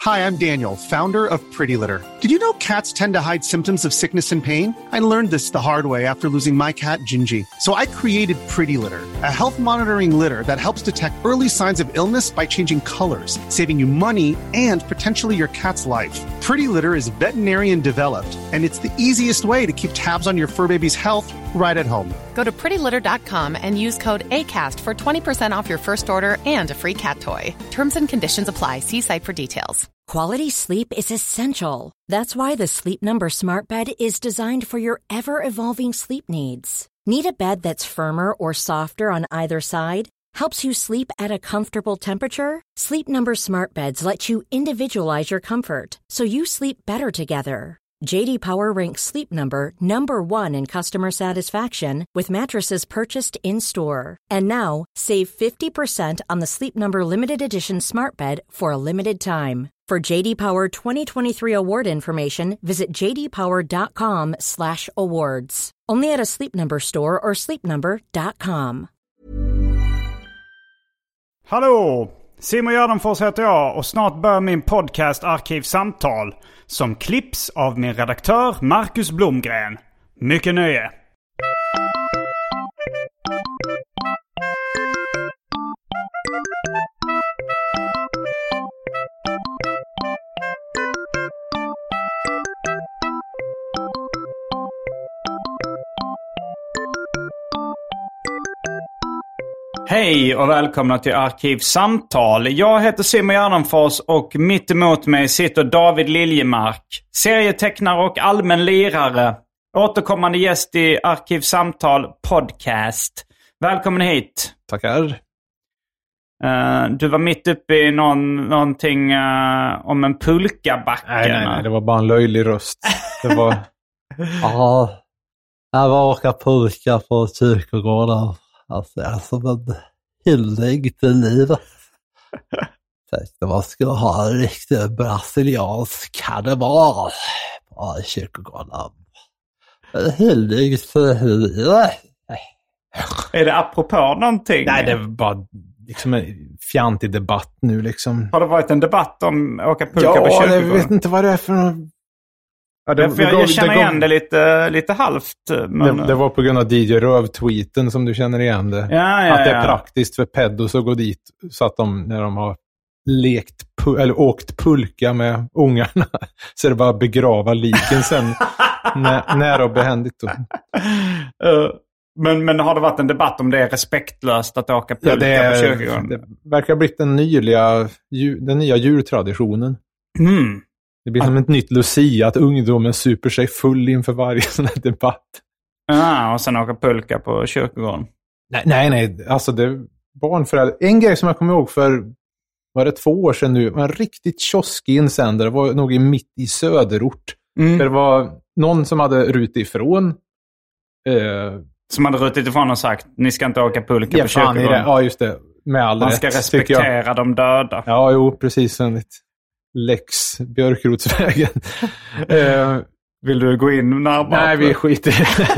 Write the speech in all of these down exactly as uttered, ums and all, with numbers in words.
Hi, I'm Daniel, founder of Pretty Litter. Did you know cats tend to hide symptoms of sickness and pain? I learned this the hard way after losing my cat, Gingy. So I created Pretty Litter, a health monitoring litter that helps detect early signs of illness by changing colors, saving you money and potentially your cat's life. Pretty Litter is veterinarian developed, and it's the easiest way to keep tabs on your fur baby's health right at home. Go to pretty litter dot com and use code ACAST for twenty percent off your first order and a free cat toy. Terms and conditions apply. See site for details. Quality sleep is essential. That's why the Sleep Number Smart Bed is designed for your ever-evolving sleep needs. Need a bed that's firmer or softer on either side? Helps you sleep at a comfortable temperature? Sleep Number Smart Beds let you individualize your comfort, so you sleep better together. J D Power ranks Sleep Number number one in customer satisfaction with mattresses purchased in-store. And now, save fifty percent on the Sleep Number Limited Edition Smart Bed for a limited time. For J D Power twenty twenty-three award information, visit j d power dot com slash awards. Only at a Sleep Number store or sleep number dot com. Hallå! Simon Gärdenfors heter jag och snart börjar min podcast Arkivsamtal som klipps av min redaktör Marcus Blomgren. Mycket nöje! Hej och välkomna till Arkivsamtal. Jag heter Simon Gärdenfors och mitt emot mig sitter David Liljemark, serietecknare och allmän lirare. Återkommande gäst i Arkivsamtal podcast. Välkommen hit. Tackar. Uh, du var mitt uppe i någon, någonting uh, om en pulkabacke. Nej, nej, nej, det var bara en löjlig röst. Det var... Ja, jag var åka pulka på kyrkogården. Alltså, jag är som en hyllning till livet. Tänkte man skulle ha en riktig brasiliansk karneval på kyrkogården. En hyllning till livet. Är det apropå någonting? Nej, det var bara liksom en fjantig debatt nu liksom. Har det varit en debatt om att åka pulka ja, på kyrkogården? Ja, jag vet inte vad det är för någon... Ja, det, det, jag, jag känner det, igen det lite, lite halvt. Men... Det, det var på grund av D J Röv-tweeten som du känner igen det. Ja, ja, att det är ja. praktiskt för pedos att gå dit så att de, när de har lekt pu- eller åkt pulka med ungarna så är det bara att begrava liken sen när, nära och behändigt. Då. Uh, men, men har det varit en debatt om det är respektlöst att åka pulka ja, det är, på kyrkogården? Det verkar ha blivit den nya, den nya djurtraditionen. Mm. Det blir som ett nytt Lucia att ungdomen super sig full inför varje sån här debatt. Ja, och sen åka pulka på kyrkogården. Nej, nej, nej. Alltså det barnföräldrar. En grej som jag kommer ihåg för, var det två år sedan nu, var en riktigt kioskig insändare. Det var nog i mitt i söderort. Mm. Det var någon som hade rutit ifrån. Eh, som hade rutit ifrån och sagt, ni ska inte åka pulka ja, på kyrkogården. Ja, just det. Med all Man ska rätt, respektera de döda. Ja, jo, precis. Enligt Lex Björkrotsvägen. eh, Vill du gå in närmare? Nej, vi skiter.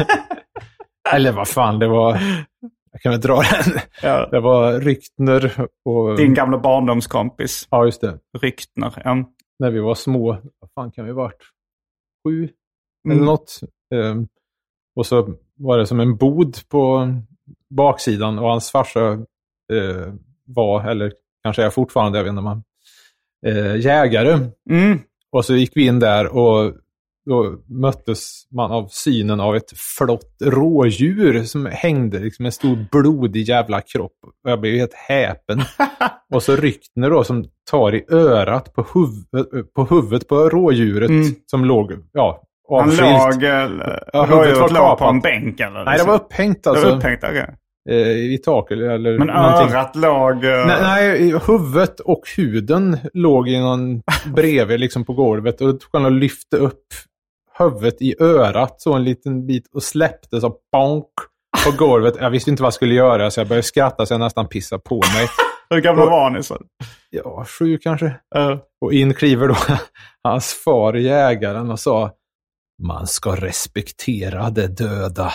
Eller vad fan, det var... Jag kan väl dra den. Ja. Det var Ryktner och... Din gamla barndomskompis. Ja, just det. Ryktner, ja. När vi var små. Vad fan kan vi ha varit? Sju? Mm. Eller något. Eh, och så var det som en bod på baksidan. Och hans farsa eh, var, eller kanske är fortfarande, jag vet inte om han... Eh, jägare. Mm. Och så gick vi in där och då möttes man av synen av ett flott rådjur som hängde liksom en stor blodig jävla kropp. Och jag blev helt häpen. Och så Ryktner då som tar i örat på, huv- på huvudet på rådjuret mm. som låg, ja, avskilt. Han låg, ja, rådjuret låg på en bänk eller? Nej, det var upphängt alltså. Det var upphängt, okej. Okay. I taket eller men någonting. Örat låg... Uh... Nej, nej, huvudet och huden låg i någon bredvid liksom på golvet. Och då tog han och lyfte upp huvudet i örat så en liten bit och släppte så bonk på golvet. Jag visste inte vad jag skulle göra så jag började skratta så jag nästan pissade på mig. Hur gamla var ni så? Ja, sju kanske. Uh. Och in kliver då hans far, jägaren, och sa: man ska respektera det döda.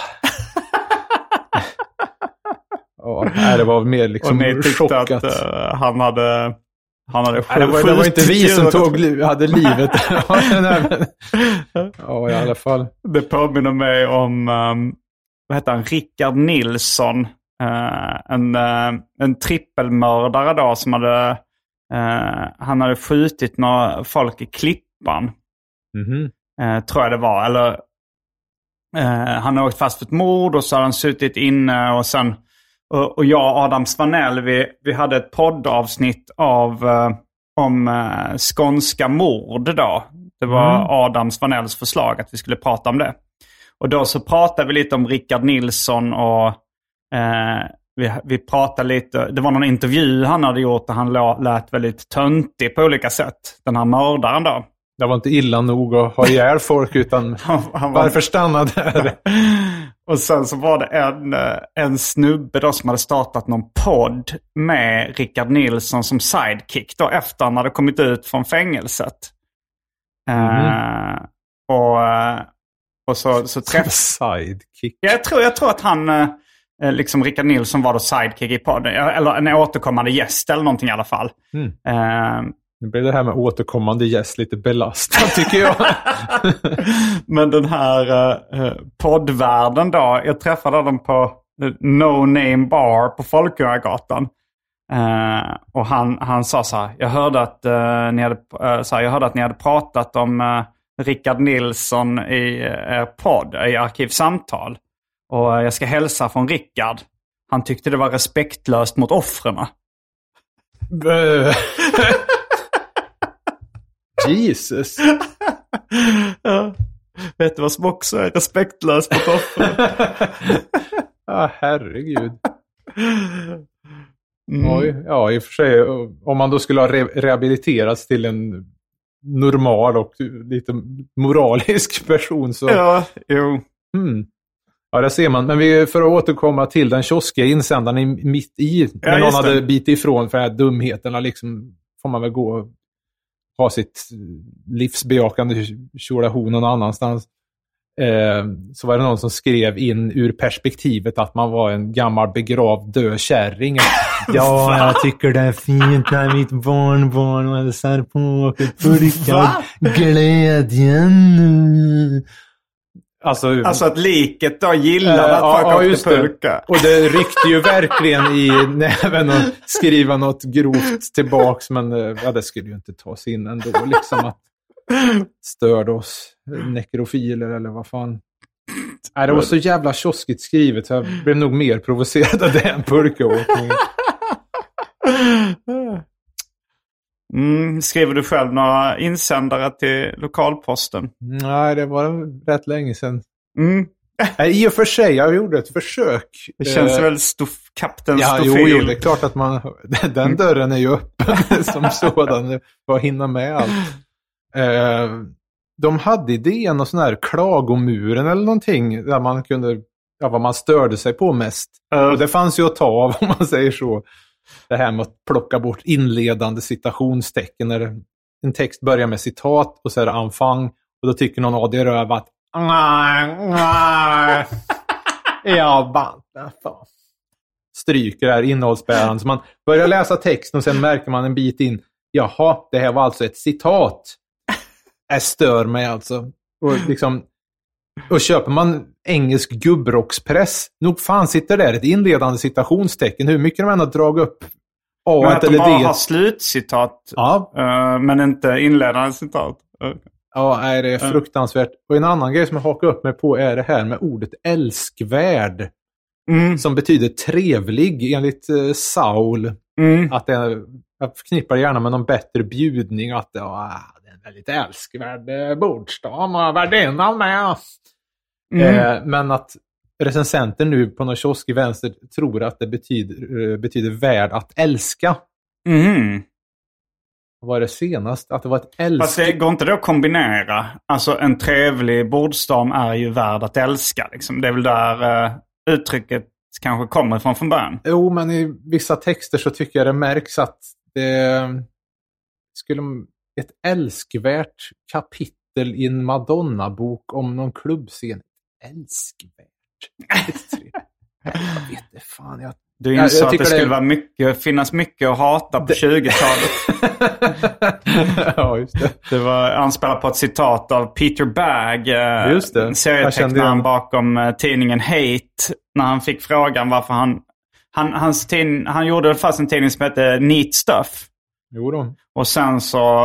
Ja, det var mer liksom och ni tyckte chockat. att uh, han hade Han hade Nej, det, var, det var inte vi som tog, hade livet. Ja, i alla fall. Det påminner mig om, um, vad heter han, Rickard Nilsson. Uh, en, uh, en trippelmördare då som hade, uh, han hade skjutit några folk i Klippan. Mm-hmm. Uh, tror jag det var. Eller, uh, han har åkt fast för ett mord och så har han suttit inne och sen, och, och jag och Adam Svanell, vi, vi hade ett poddavsnitt av, uh, om uh, skånska mord då. Det var mm. Adam Svanells förslag att vi skulle prata om det. Och då så pratade vi lite om Rickard Nilsson och eh, vi, vi pratade lite, det var någon intervju han hade gjort och han lät väldigt töntig på olika sätt. Den här mördaren då. Det var inte illa nog att ha ihjäl folk utan han, han var... varför stanna där? Och sen så var det en, en snubbe då som hade startat någon podd med Rickard Nilsson som sidekick då efter han hade kommit ut från fängelset. Mm. Uh, och... Och så, så träff... Sidekick. Jag tror, jag tror att han, eh, liksom Rickard Nilsson var då sidekick i podden. Eller en återkommande gäst eller någonting i alla fall. Mm. Eh, nu blir det här med återkommande gäst lite belastat tycker jag. Men den här eh, poddvärlden då. Jag träffade dem på No Name Bar på Folkungagatan. Eh, och han, han sa så här. Jag hörde att, eh, ni hade, eh, så här, jag hörde att ni hade pratat om... Eh, Rickard Nilsson i er podd, i Arkivsamtal. Och jag ska hälsa från Rickard. Han tyckte det var respektlöst mot offren. Jesus. Ja. Vet du vad som också är respektlöst mot offren? Ja, herregud. Mm. Oj, ja, i och för sig. Om man då skulle ha re- rehabiliterats till en normal och lite moralisk person så... Ja, jo. Mm. Ja, det ser man. Men vi, för att återkomma till den kioskiga insändaren i, mitt i, ja, när någon hade bitit ifrån för de här dumheterna, liksom får man väl gå och ha sitt livsbejakande tjolahon någon annanstans. Eh, så var det någon som skrev in ur perspektivet att man var en gammal begravd dökärring. Ja, jag tycker det är fint när mitt barnbarn hälsar på och burkar glädjen. Alltså, alltså att liket då gillade äh, att folk ja, åkte pulka. Och det ryckte ju verkligen i näven och skriva något grovt tillbaks. Men ja, det skulle ju inte tas in ändå. Liksom att störde oss nekrofiler eller vad fan. Nej, det var så jävla kioskigt skrivet så jag blev nog mer provocerad av den pulkaåkningen. Mm, skriver du själv några insändare till lokalposten? Nej, det var rätt länge sedan. Mm. I och för sig, jag gjorde ett försök. Det känns uh, väl stoff, kapten ja, Stofil. Jo, jo, det är klart att man, den dörren är ju öppen som sådan. För att hinna med allt. Uh, de hade idén och sån här klagomuren eller någonting där man kunde, ja, vad man störde sig på mest. Uh. Och det fanns ju att ta av om man säger så. Det här med att plocka bort inledande citationstecken när en text börjar med citat och så är det enfang och då tycker någon av det röv att ja, banta fan. Stryker det här innehållsbäraren så man börjar läsa texten och sen märker man en bit in, jaha, det här var alltså ett citat. Jag stör mig alltså. Och liksom och köper man engelsk gubbrockspress, nog fan sitter där ett inledande citationstecken. Hur mycket de än har dragit upp A men att eller de bara D. har slutcitat, ja. uh, men inte inledande citat. Okay. Ja, nej, det är fruktansvärt. Och en annan grej som jag hakar upp mig på är det här med ordet älskvärd. Mm. Som betyder trevlig enligt uh, Saul. Mm. Att det är, jag förknippar gärna med någon bättre bjudning. Att ja, det är en väldigt älskvärd uh, bordstam och värdinnan med. Mm. Eh, men att recensenten nu på någon kiosk i vänster tror att det betyder, uh, betyder värd att älska. Mm. Vad var det senast? Att det var ett älsk... Fast det går inte det att kombinera. Alltså en trevlig bordstam är ju värd att älska. Liksom. Det är väl där uh, uttrycket kanske kommer ifrån från början. Jo, men i vissa texter så tycker jag det märks att det skulle ett älskvärt kapitel i en Madonna-bok om någon klubbscen. Älskvärt. Jag vet inte fan. Jag, Du insåg jag att det skulle det... vara mycket, finnas mycket att hata på det... tjugotalet. Ja, just det. Det var anspelat på ett citat av Peter Bagg, just det. serietecknaren bakom uh, tidningen Hate, när han fick frågan varför han... Han, hans tidning, han gjorde fast en tidning som hette Neat Stuff. Jo då. Och sen så,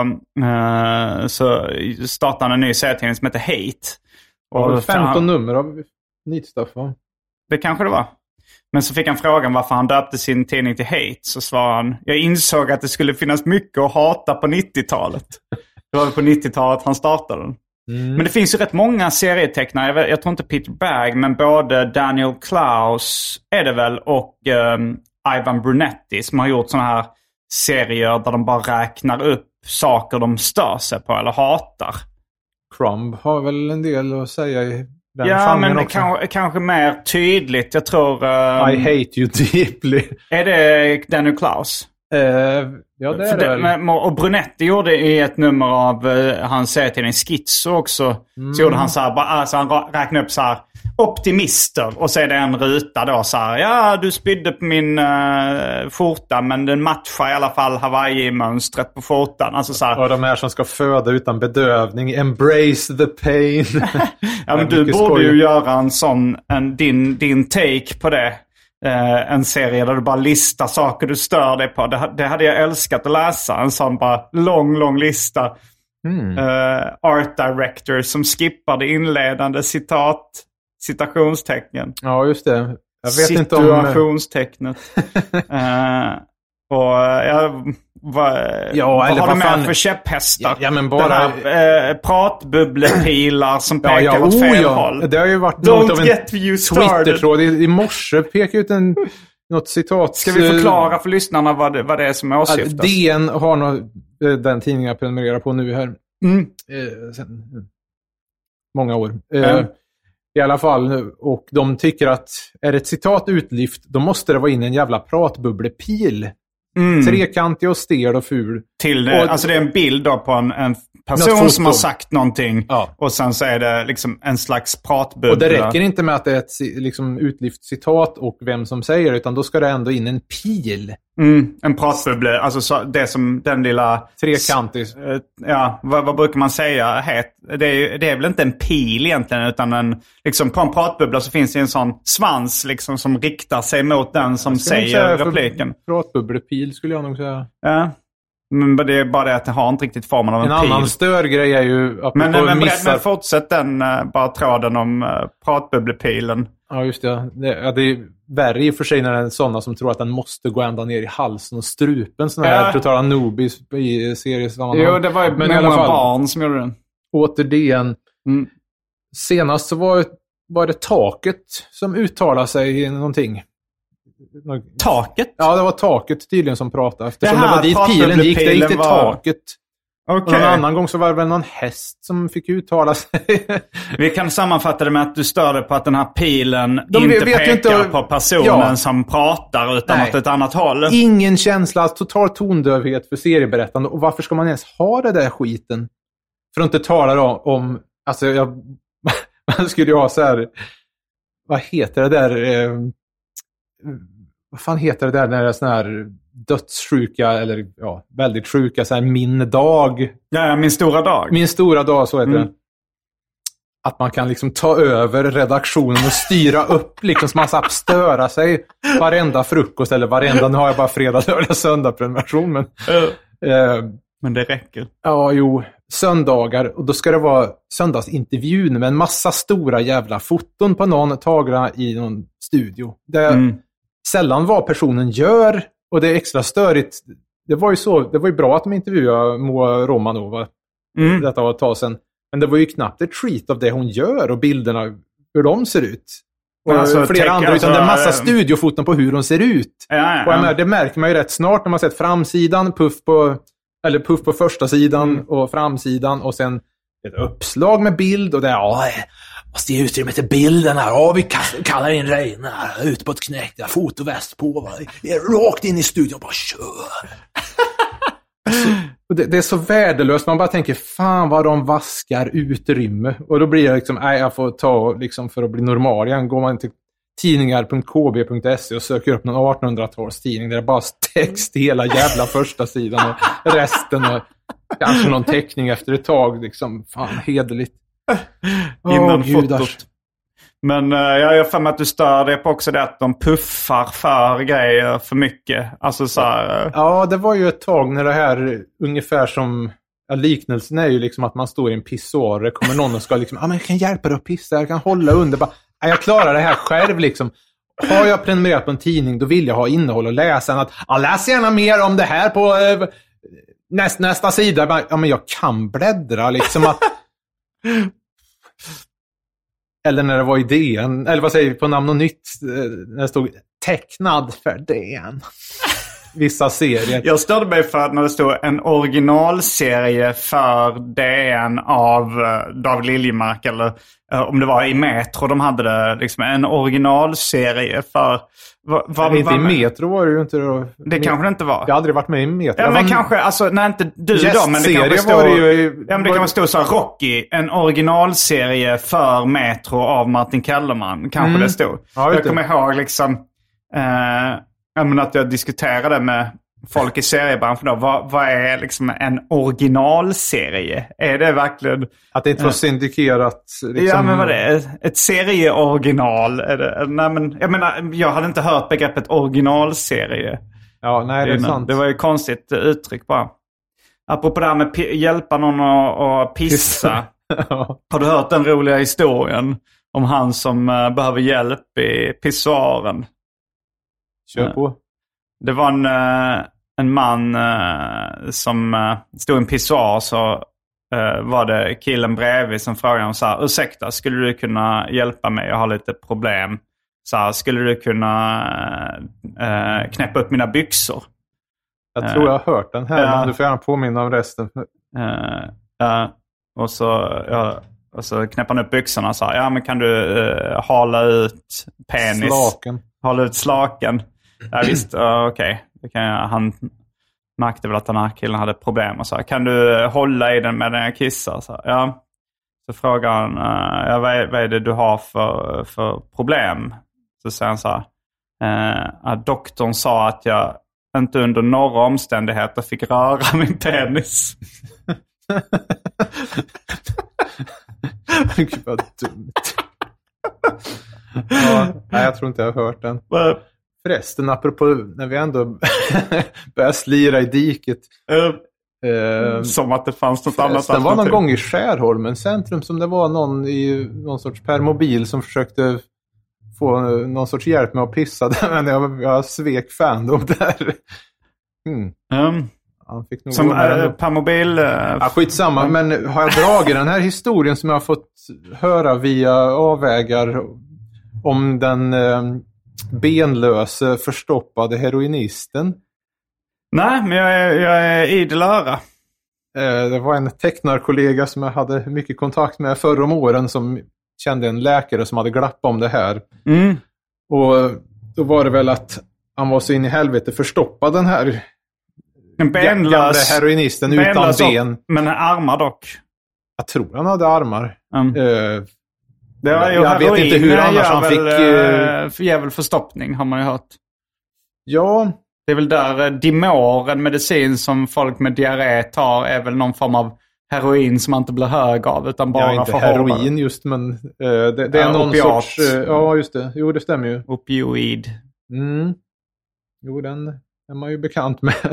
uh, så startade han en ny serietidning som hette Hate. Och femton han, nummer av Neat Stuff, va? Det kanske det var. Men så fick han frågan varför han döpte sin tidning till Hate. Så svarade han, jag insåg att det skulle finnas mycket att hata på nittiotalet. Det var på nittiotalet han startade den. Mm. Men det finns ju rätt många serietecknare. Jag, vet, jag tror inte Peter Bagg, men både Daniel Klaus är det väl och um, Ivan Brunetti som har gjort såna här serier där de bara räknar upp saker de stör sig på eller hatar. Crumb har väl en del att säga i den ja, men också. Kanske, kanske mer tydligt. Jag tror... Um, I hate you deeply. Är det Daniel Klaus? Uh, ja, det är det, det och Brunetti gjorde i ett nummer av uh, hans serietidning Schizo också. Mm. Så gjorde han så här, bara, alltså han räknade upp så här optimister och så är det en ruta då så här, ja du spydde på min uh, skjorta men den matchar i alla fall Hawaii-mönstret på skjortan. Alltså så här. Och de här som ska föda utan bedövning, embrace the pain. Ja, men du borde skoj. ju göra en sån, en, din, din take på det. Uh, en serie där du bara listar saker du stör dig på. Det, det hade jag älskat att läsa. En sån bara lång, lång lista. Mm. Uh, art director som skippar det inledande citat, citationstecken. Ja, just det. Jag vet inte om... Situationstecknet. uh, och jag... Vad, ja, vad eller har vad du fan... med för käpphästar? Ja, ja, men bara... Här, eh, pratbubblepilar som pekar ja, ja, åt fel oh, ja. håll. Det har ju varit Don't något av en get you started. Twitter-tråd. I, I morse pekade ut en, något citat. Ska vi förklara för lyssnarna vad det, vad det är som åsyftas? Alltså, D N har något, den tidningen jag prenumererar på nu här. Mm. Eh, sen, många år. Eh, mm. I alla fall nu. Och de tycker att är ett citat utlyft, då måste det vara in en jävla pratbubblepil. Mm. Trekantig och stel och ful. Till det, och, alltså det är en bild då på en, en person som har sagt någonting. Ja. Och sen så är det liksom en slags pratbubbla. Och det räcker inte med att det är ett liksom, utlyft citat och vem som säger, utan då ska det ändå in en pil. Mm, en pratbubbla. Alltså så, det som den lilla... Trekantig. S- ja, vad, vad brukar man säga? Het, det, är, det är väl inte en pil egentligen, utan en, liksom, på en pratbubbla så finns det en sån svans liksom, som riktar sig mot den som säger repliken. Pratbubblepil skulle jag nog säga. Ja. Men det är bara det att det har inte riktigt formen av en, en pil. En annan störgrej är ju... Men, men, missar... men fortsätt den bara tråden om uh, pratbubblepilen. Ja, just det. Det, ja, det är värre i och för sig när det är sådana som tror att den måste gå ända ner i halsen och strupen. Sådana ja. här totala noobis i seriesammanhang. Jo, det var ju men många fall, barn som gjorde den. Återigen. Mm. Senast så var, var det taket som uttalade sig i någonting. Taket? Ja, det var taket tydligen som pratade. Eftersom det, här, det var dit pilen gick, det gick till var... taket. Okay. Och någon annan gång så var det väl någon häst som fick uttala sig. Vi kan sammanfatta det med att du störde på att den här pilen De inte vet pekar inte... på personen ja. som pratar utan Nej. åt ett annat håll. Ingen känsla, total tondövhet för serieberättande. Och varför ska man ens ha det där skiten? För att inte tala då om... Alltså, jag, man skulle ju ha så här... Vad heter det där... Eh, vad fan heter det där när det är sån här dödssjuka eller ja, väldigt sjuka så här min dag. Ja, min stora dag. Min stora dag, så heter mm. det. Att man kan liksom ta över redaktionen och styra upp liksom så man ska störa sig varenda frukost eller varenda, nu har jag bara fredag, lördag, söndag prenumeration men uh. eh, men det räcker. Ja, jo, söndagar och då ska det vara söndagsintervjun med en massa stora jävla foton på någon tagna i någon studio. Det mm. sällan vad personen gör och det är extra störigt. Det var ju så, det var ju bra att de intervjuade Moa Romanova. Mm. Detta var ett tag sedan. Men det var ju knappt ett treat av det hon gör och bilderna, hur de ser ut. Och alltså, flera andra, alltså, utan det är massa äh, studiofoton på hur de ser ut. Ja, ja. Och jag menar, det märker man ju rätt snart när man sett framsidan, puff på, eller puff på första sidan mm. och framsidan och sen ett uppslag med bild och det är, ja, måste ge utrymme till bilden här. Ja, vi kallar in Reine här, ut på ett knäck, där, fotoväst på, va? Rakt in i studion, bara kör. Alltså, det, det är så värdelöst, man bara tänker, fan vad de vaskar utrymme. Och då blir det liksom, nej, jag får ta liksom för att bli normal igen. Går man till tidningar punkt k b punkt s e och söker upp någon artonhundratalstidning där det bara text i hela jävla första sidan och resten är kanske någon teckning efter ett tag. Liksom, fan, hederligt. Innan oh, fotot. Men uh, jag har för mig att du stör dig på också det att de puffar för grejer för mycket. Alltså så här, uh... Ja, det var ju ett tag när det här ungefär som... Ja, liknelsen är ju liksom att man står i en pissoar. Det kommer någon och ska liksom, ah, men jag kan hjälpa dig att pissa, jag kan hålla under. Bara, jag klarar det här själv liksom. Har jag prenumererat på en tidning, då vill jag ha innehåll och läsa. Än att, ah, läs gärna mer om det här på eh, näst, nästa sida. Bara, ja, men jag kan bläddra liksom att... Eller när det var idén, eller vad säger vi på Namn och Nytt, när det stod tecknad för D N. Vissa serier. Jag störde mig för att när det stod en originalserie för D N av David Liljemark, eller om det var i Metro de hade det, liksom en originalserie för... Va, va, inte va, i Metro var det ju inte då. Det Met- kanske det inte var. Jag har aldrig varit med i Metro. Ja, men var... kanske, alltså, nej inte du då, men det kanske stod... Var det ju... Ja, men det kan stå så här, Rocky, en originalserie för Metro av Martin Kellerman. Kanske mm. det stod. Ja, jag kommer ihåg liksom... Eh, jag menar att jag diskuterade med folk i seriebranschen då. Vad, vad är liksom en originalserie? Är det verkligen... Att det inte var syndikerat? Liksom... Ja, men vad det är? Ett serieoriginal? Är det... Nej, men, jag menar, jag hade inte hört begreppet originalserie. Ja, nej, det är sant. Det var ju ett konstigt uttryck bara. Apropå det här med p- hjälpa någon att, att pissa. Ja. Har du hört den roliga historien om han som uh, behöver hjälp i pissoaren? Kör på. Det var en, en man som stod i en pissoar, så var det killen bredvid som frågade honom så här: ursäkta, skulle du kunna hjälpa mig? Jag har lite problem. Så här, skulle du kunna äh, knäppa upp mina byxor? Jag tror jag har hört den här, äh, men du får gärna påminna om resten. Äh, äh, och, så, ja, och så knäpper han upp byxorna och sa: ja, men kan du äh, hala ut penis? Slaken. Hala ut slaken. Ja, visst, uh, okej. Okay. Han märkte väl att den här killen hade problem och sa: kan du hålla i den med den jag kissar? Så, ja. Så frågar han: uh, ja, vad, är, vad är det du har för, för problem? Så säger han så här: uh, att doktorn sa att jag inte under några omständigheter fick röra min penis. Gud vad dumt. Ja, nej, jag tror inte jag har hört den. Förresten, apropå när vi ändå började slira i diket. Uh, uh, som att det fanns något annat. Det var någon gång i Skärholmen centrum som det var någon i någon sorts permobil som försökte få någon sorts hjälp med att pissa. Men jag, jag svek fandom där. Mm. Um, Han fick nog som äh, permobil... Äh, ja, skitsamma, um, men har jag dragit den här historien som jag har fått höra via avvägar om den... Äh, benlöse förstoppade heroinisten? Nej, men jag är, jag är idel öra. Det var en tecknarkollega som jag hade mycket kontakt med förra om åren som kände en läkare som hade glappat om det här. Mm. Och då var det väl att han var så in i helvete förstoppad, den här en benlös, heroinisten utan ben. Men armar dock. Jag tror han hade armar. Mm. Uh, Det var ju jag heroin, vet inte hur annars han fick... Äh, jävel förstoppning har man ju hört. Ja. Det är väl där Dimor, en medicin som folk med diarré tar, är väl någon form av heroin som man inte blir hög av utan bara ja, inte för heroin hårdare. Just, men uh, det, det är ja, någon opiat. sorts... Uh, ja, just det. Jo, det stämmer ju. Opioid. Mm. Jo, den är man ju bekant med.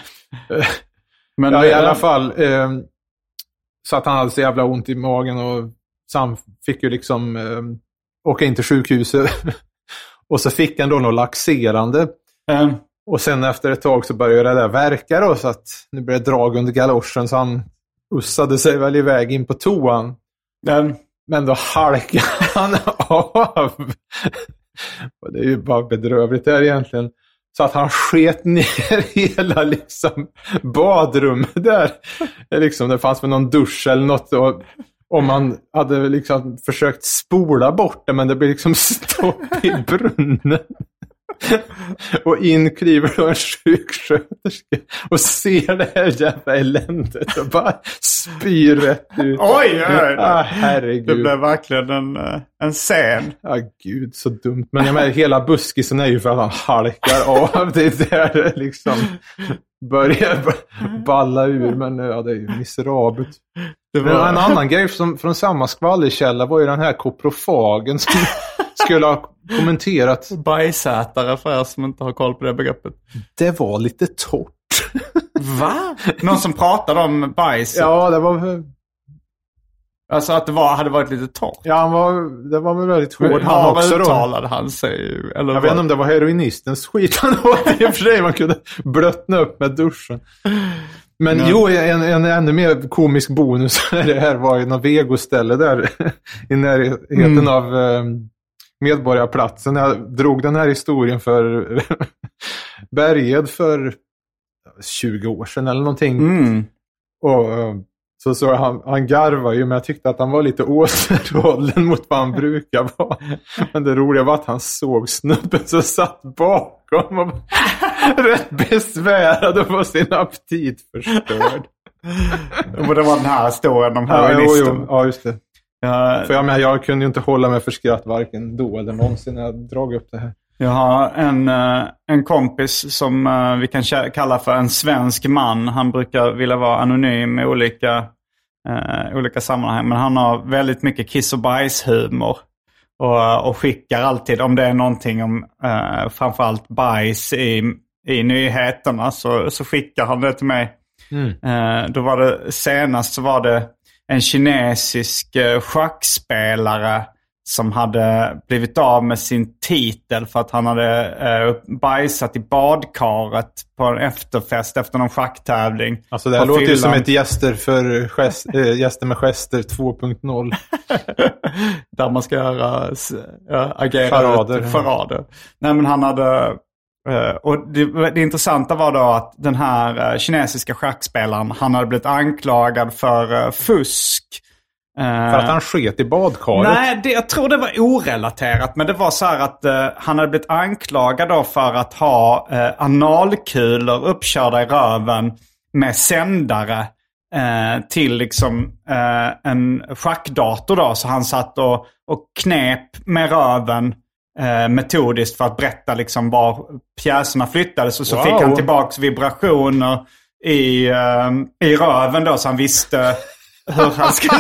men ja, det, i alla fall. Uh, så att han hade så jävla ont i magen och så han fick ju liksom uh, åka in till sjukhuset. Och så fick han då något laxerande. Mm. Och sen efter ett tag så började det där verka då, så att nu blev det drag under galoschen, så han ussade sig väl iväg in på toan. Mm. Men då halkade han av. Och det är ju bara bedrövligt där egentligen. Så att han sket ner hela liksom badrummet där. Det, liksom, det fanns väl någon dusch eller något. Och om man hade liksom försökt spola bort det, men det blev liksom stopp i brunnen. Och in kliver då en sjuksköterska och ser det här jävla eländet och bara spyr rätt ut. Oj, oj, oj. Ah, herregud. Det blev verkligen en, en scen. Ja, ah, gud, så dumt. Men jag menar, hela buskisen är ju för att han halkar av. Det är där det liksom börjar balla ur. Men ja, det är ju miserabelt. Det var... En annan grej som, från samma skvallerkälla var ju den här koprofagen som skulle ha kommenterat. Bajsätare för er som inte har koll på det begreppet. Det var lite torrt. Va? Någon som pratade om bajs? Ja, det var... Alltså att det var, hade varit lite torrt. Ja, han var, det var väl väldigt hård. Han, han också uttalade han sig. Eller jag vet inte om det var heroinistens skit han åt i och för sig. Man kunde blöttna upp med duschen. Men mm. jo, en, en ännu mer komisk bonus det här var ju något vegoställe där i närheten mm. av eh, Medborgarplatsen. Jag drog den här historien för Berged för tjugo år sedan eller någonting. Mm. Och så, så han, han garvar ju, men jag tyckte att han var lite återhållen mot vad han brukar vara. Men det roliga var att han såg snubben som satt bakom och rätt besvärad och var sin aptit förstörd. Och det var den här historien om heroinisten. Ja, jo, jo. Ja, just det. Ja. För jag, men jag kunde ju inte hålla mig för skratt varken då eller någonsin när jag drog upp det här. Jag har en, en kompis som vi kan kalla för en svensk man. Han brukar vilja vara anonym i olika, uh, olika sammanhang. Men han har väldigt mycket kiss- och bajshumor. Och, och skickar alltid, om det är någonting om uh, framförallt bajs i, i nyheterna, så, så skickar han det till mig. Mm. Uh, då var det senast så var det en kinesisk uh, schackspelare som hade blivit av med sin titel för att han hade eh, bajsat i badkaret på en efterfest efter någon schacktävling. Alltså det här låter ju som ett gäster, för gest, äh, gäster med gester två punkt noll. Där man ska göra äh, agera farader. farader. Nej, men han hade... Uh, och det, det intressanta var då att den här uh, kinesiska schackspelaren, han hade blivit anklagad för uh, fusk. För att han sket i badkaret? Nej, det, jag tror det var orelaterat. Men det var så här att uh, han hade blivit anklagad då för att ha uh, analkulor uppkörda i röven med sändare uh, till liksom uh, en schackdator då. Så han satt och, och knep med röven uh, metodiskt för att berätta liksom var pjäserna flyttades. Och så wow. fick han tillbaks vibrationer i, uh, i röven då, så han visste... hur han skulle,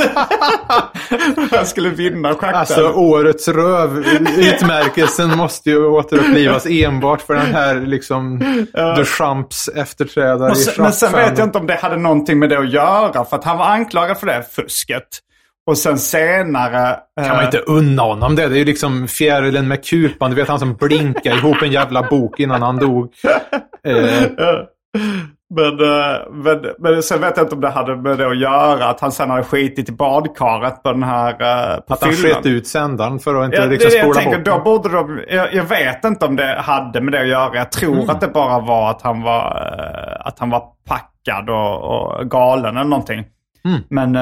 hur han skulle vinna schacktävlingen. Alltså årets röv, utmärkelsen måste ju återupplivas enbart för den här liksom ja. The Champs efterträdare i schackfan. Men sen vet jag inte om det hade någonting med det att göra, för att han var anklagad för det fusket. Och sen senare... Kan man inte unna honom det? Det är ju liksom fjärilen med kupan. Du vet, han som blinkar ihop en jävla bok innan han dog. Eh. Men, men, men sen vet jag inte om det hade med det att göra. Att han sen hade skitit i badkaret på den här på att han sket ut sändaren för att inte ja, liksom det, spola jag tänker, bort. Då borde de, jag, jag vet inte om det hade med det att göra. Jag tror mm. att det bara var att han var, att han var packad och, och galen eller någonting. Mm. Men...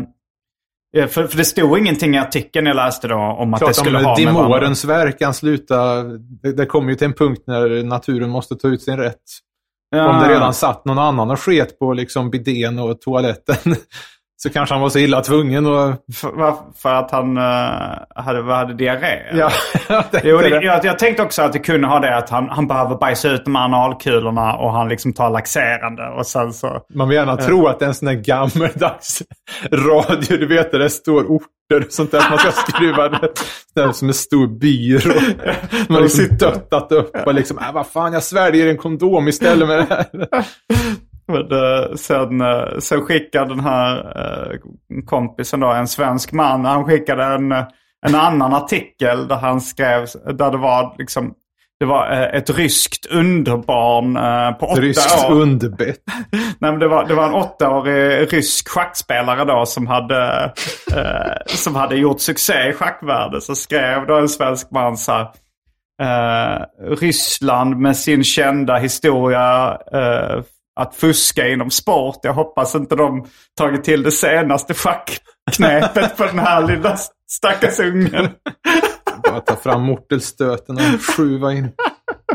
För, för det stod ingenting i artikeln jag läste då om att klart, det skulle ha med Dimorens verkan sluta. Det, det kommer ju till en punkt när naturen måste ta ut sin rätt. Ja. Om det redan satt någon annan och sket på liksom bidén och toaletten, så kanske han var så illa tvungen. Och... För, för att han uh, hade, hade diarré? Ja, jag tänkte, jo, det, jag, jag tänkte också att det kunde ha det att han, han behöver bajsa ut de analkulorna och han liksom tar laxerande. Och sen så, man vill gärna uh, tro att det är en sån här gammeldags radio, du vet, där det står orter och sånt där, man ska skruva det där som en stor byrå. Man har liksom döttat upp och liksom, äh, vad fan, jag sväljer en kondom istället med det här. Men, uh, sen, uh, sen skickade den här uh, kompisen då, en svensk man, han skickade en, en annan artikel där han skrev, där det var liksom, det var uh, ett ryskt underbarn uh, på åtta ryskt år. underbett. Nej, men det var, det var en åttaårig rysk schackspelare då som hade, uh, som hade gjort succé i schackvärlden. Så skrev då en svensk man så här, uh, Ryssland med sin kända historia uh, att fuska inom sport. Jag hoppas inte de tagit till det senaste schackknepet på den här lilla stackars ungen. Bara ta fram mortelstöten och skjuva in.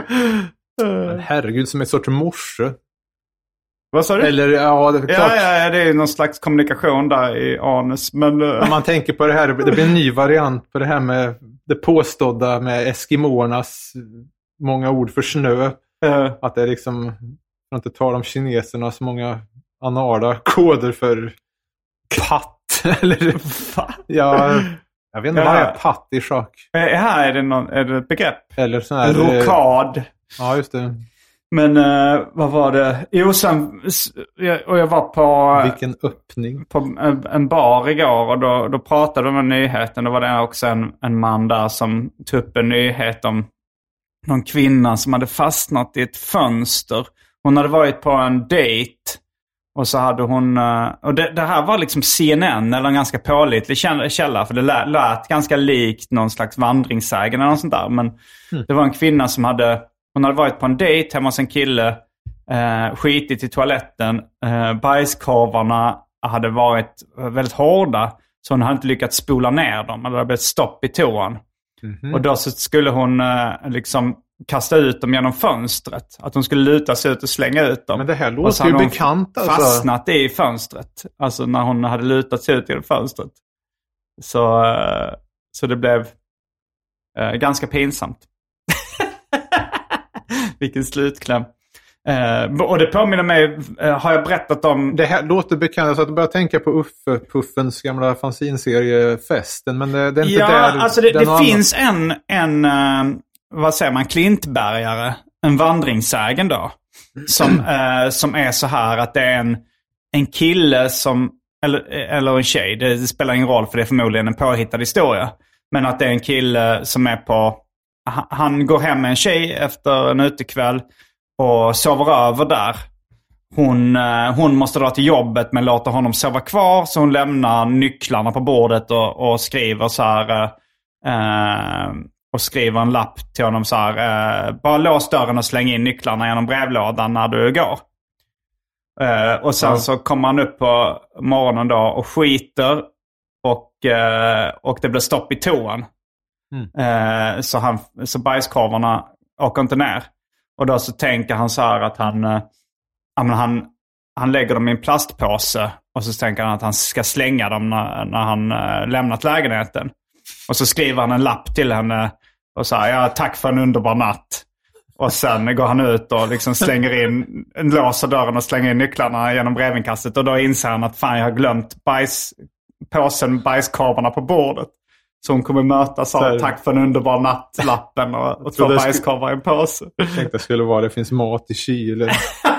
Men herregud, som ett sorts morse. Vad sa du? Eller, ja, det är klart. Ja, ja, det är någon slags kommunikation där i anus. Men, uh... om man tänker på det här, det blir en ny variant på det här med det påstådda med eskimoernas många ord för snö. Uh. Att det är liksom, för att inte tala om kinesernas många anala koder för patt. Eller, ja, jag vet inte ja. vad är patt i schack. Här är det, någon, är det ett begrepp. Eller sån här... Rokad. Ja, just det. Men uh, vad var det? Jo, sen, och jag var på... Vilken öppning. På en, en bar igår och då, då pratade de om nyheten. Då var det också en, en man där som tog upp en nyhet om någon kvinna som hade fastnat i ett fönster. Hon hade varit på en dejt. Och så hade hon... Och det, det här var liksom C N N eller en ganska pålitlig källa. För det lät, lät ganska likt någon slags vandringssägen eller något sånt där. Men mm. det var en kvinna som hade... Hon hade varit på en dejt hemma hos en kille. Eh, skitit i toaletten. Eh, bajskorvarna hade varit väldigt hårda. Så hon hade inte lyckats spola ner dem. Eller det hade blivit stopp i toan. Mm-hmm. Och då så skulle hon eh, liksom... kasta ut dem genom fönstret. Att de skulle luta sig ut och slänga ut dem. Men det här låter ju bekant. Och så hade hon fastnat i fönstret. Alltså när hon hade lutat sig ut genom fönstret. Så, så det blev äh, ganska pinsamt. Vilken slutkläm. Äh, och det påminner mig, äh, har jag berättat om... Det här låter bekant, så att jag börjar tänka på Uffe Puffens gamla fanzinserie Festen. Men det, det är inte ja, där... Ja, alltså det, det finns en... en uh, vad säger man, klintbergare, en vandringssägen då, som, eh, som är så här att det är en, en kille som, eller, eller en tjej, det, det spelar ingen roll för det är förmodligen en påhittad historia, men att det är en kille som är på, han går hem med en tjej efter en utekväll och sover över där. Hon, eh, hon måste dra till jobbet men låter honom sova kvar, så hon lämnar nycklarna på bordet och, och skriver så här... Eh, och skriver en lapp till honom så här. Eh, bara lås dörren och släng in nycklarna genom brevlådan när du går. Eh, och sen ja. så kommer han upp på morgonen då och skiter. Och, eh, och det blir stopp i toan. Mm. Eh, så, han, så bajskorvarna åker inte ner. Och då så tänker han så här att han, eh, han, han lägger dem i en plastpåse. Och så tänker han att han ska slänga dem när, när han eh, lämnat lägenheten. Och så skriver han en lapp till henne och säger ja, tack för en underbar natt. Och sen går han ut och liksom slänger in, låser dörren och slänger in nycklarna genom brevinkastet. Och då inser han att fan, jag har glömt bajs, påsen bajskorvarna på bordet. Så hon kommer mötas av tack för en underbar natt-lappen och, och två bajskorvar i en påse. Jag tänkte det skulle vara, det finns mat i kylen.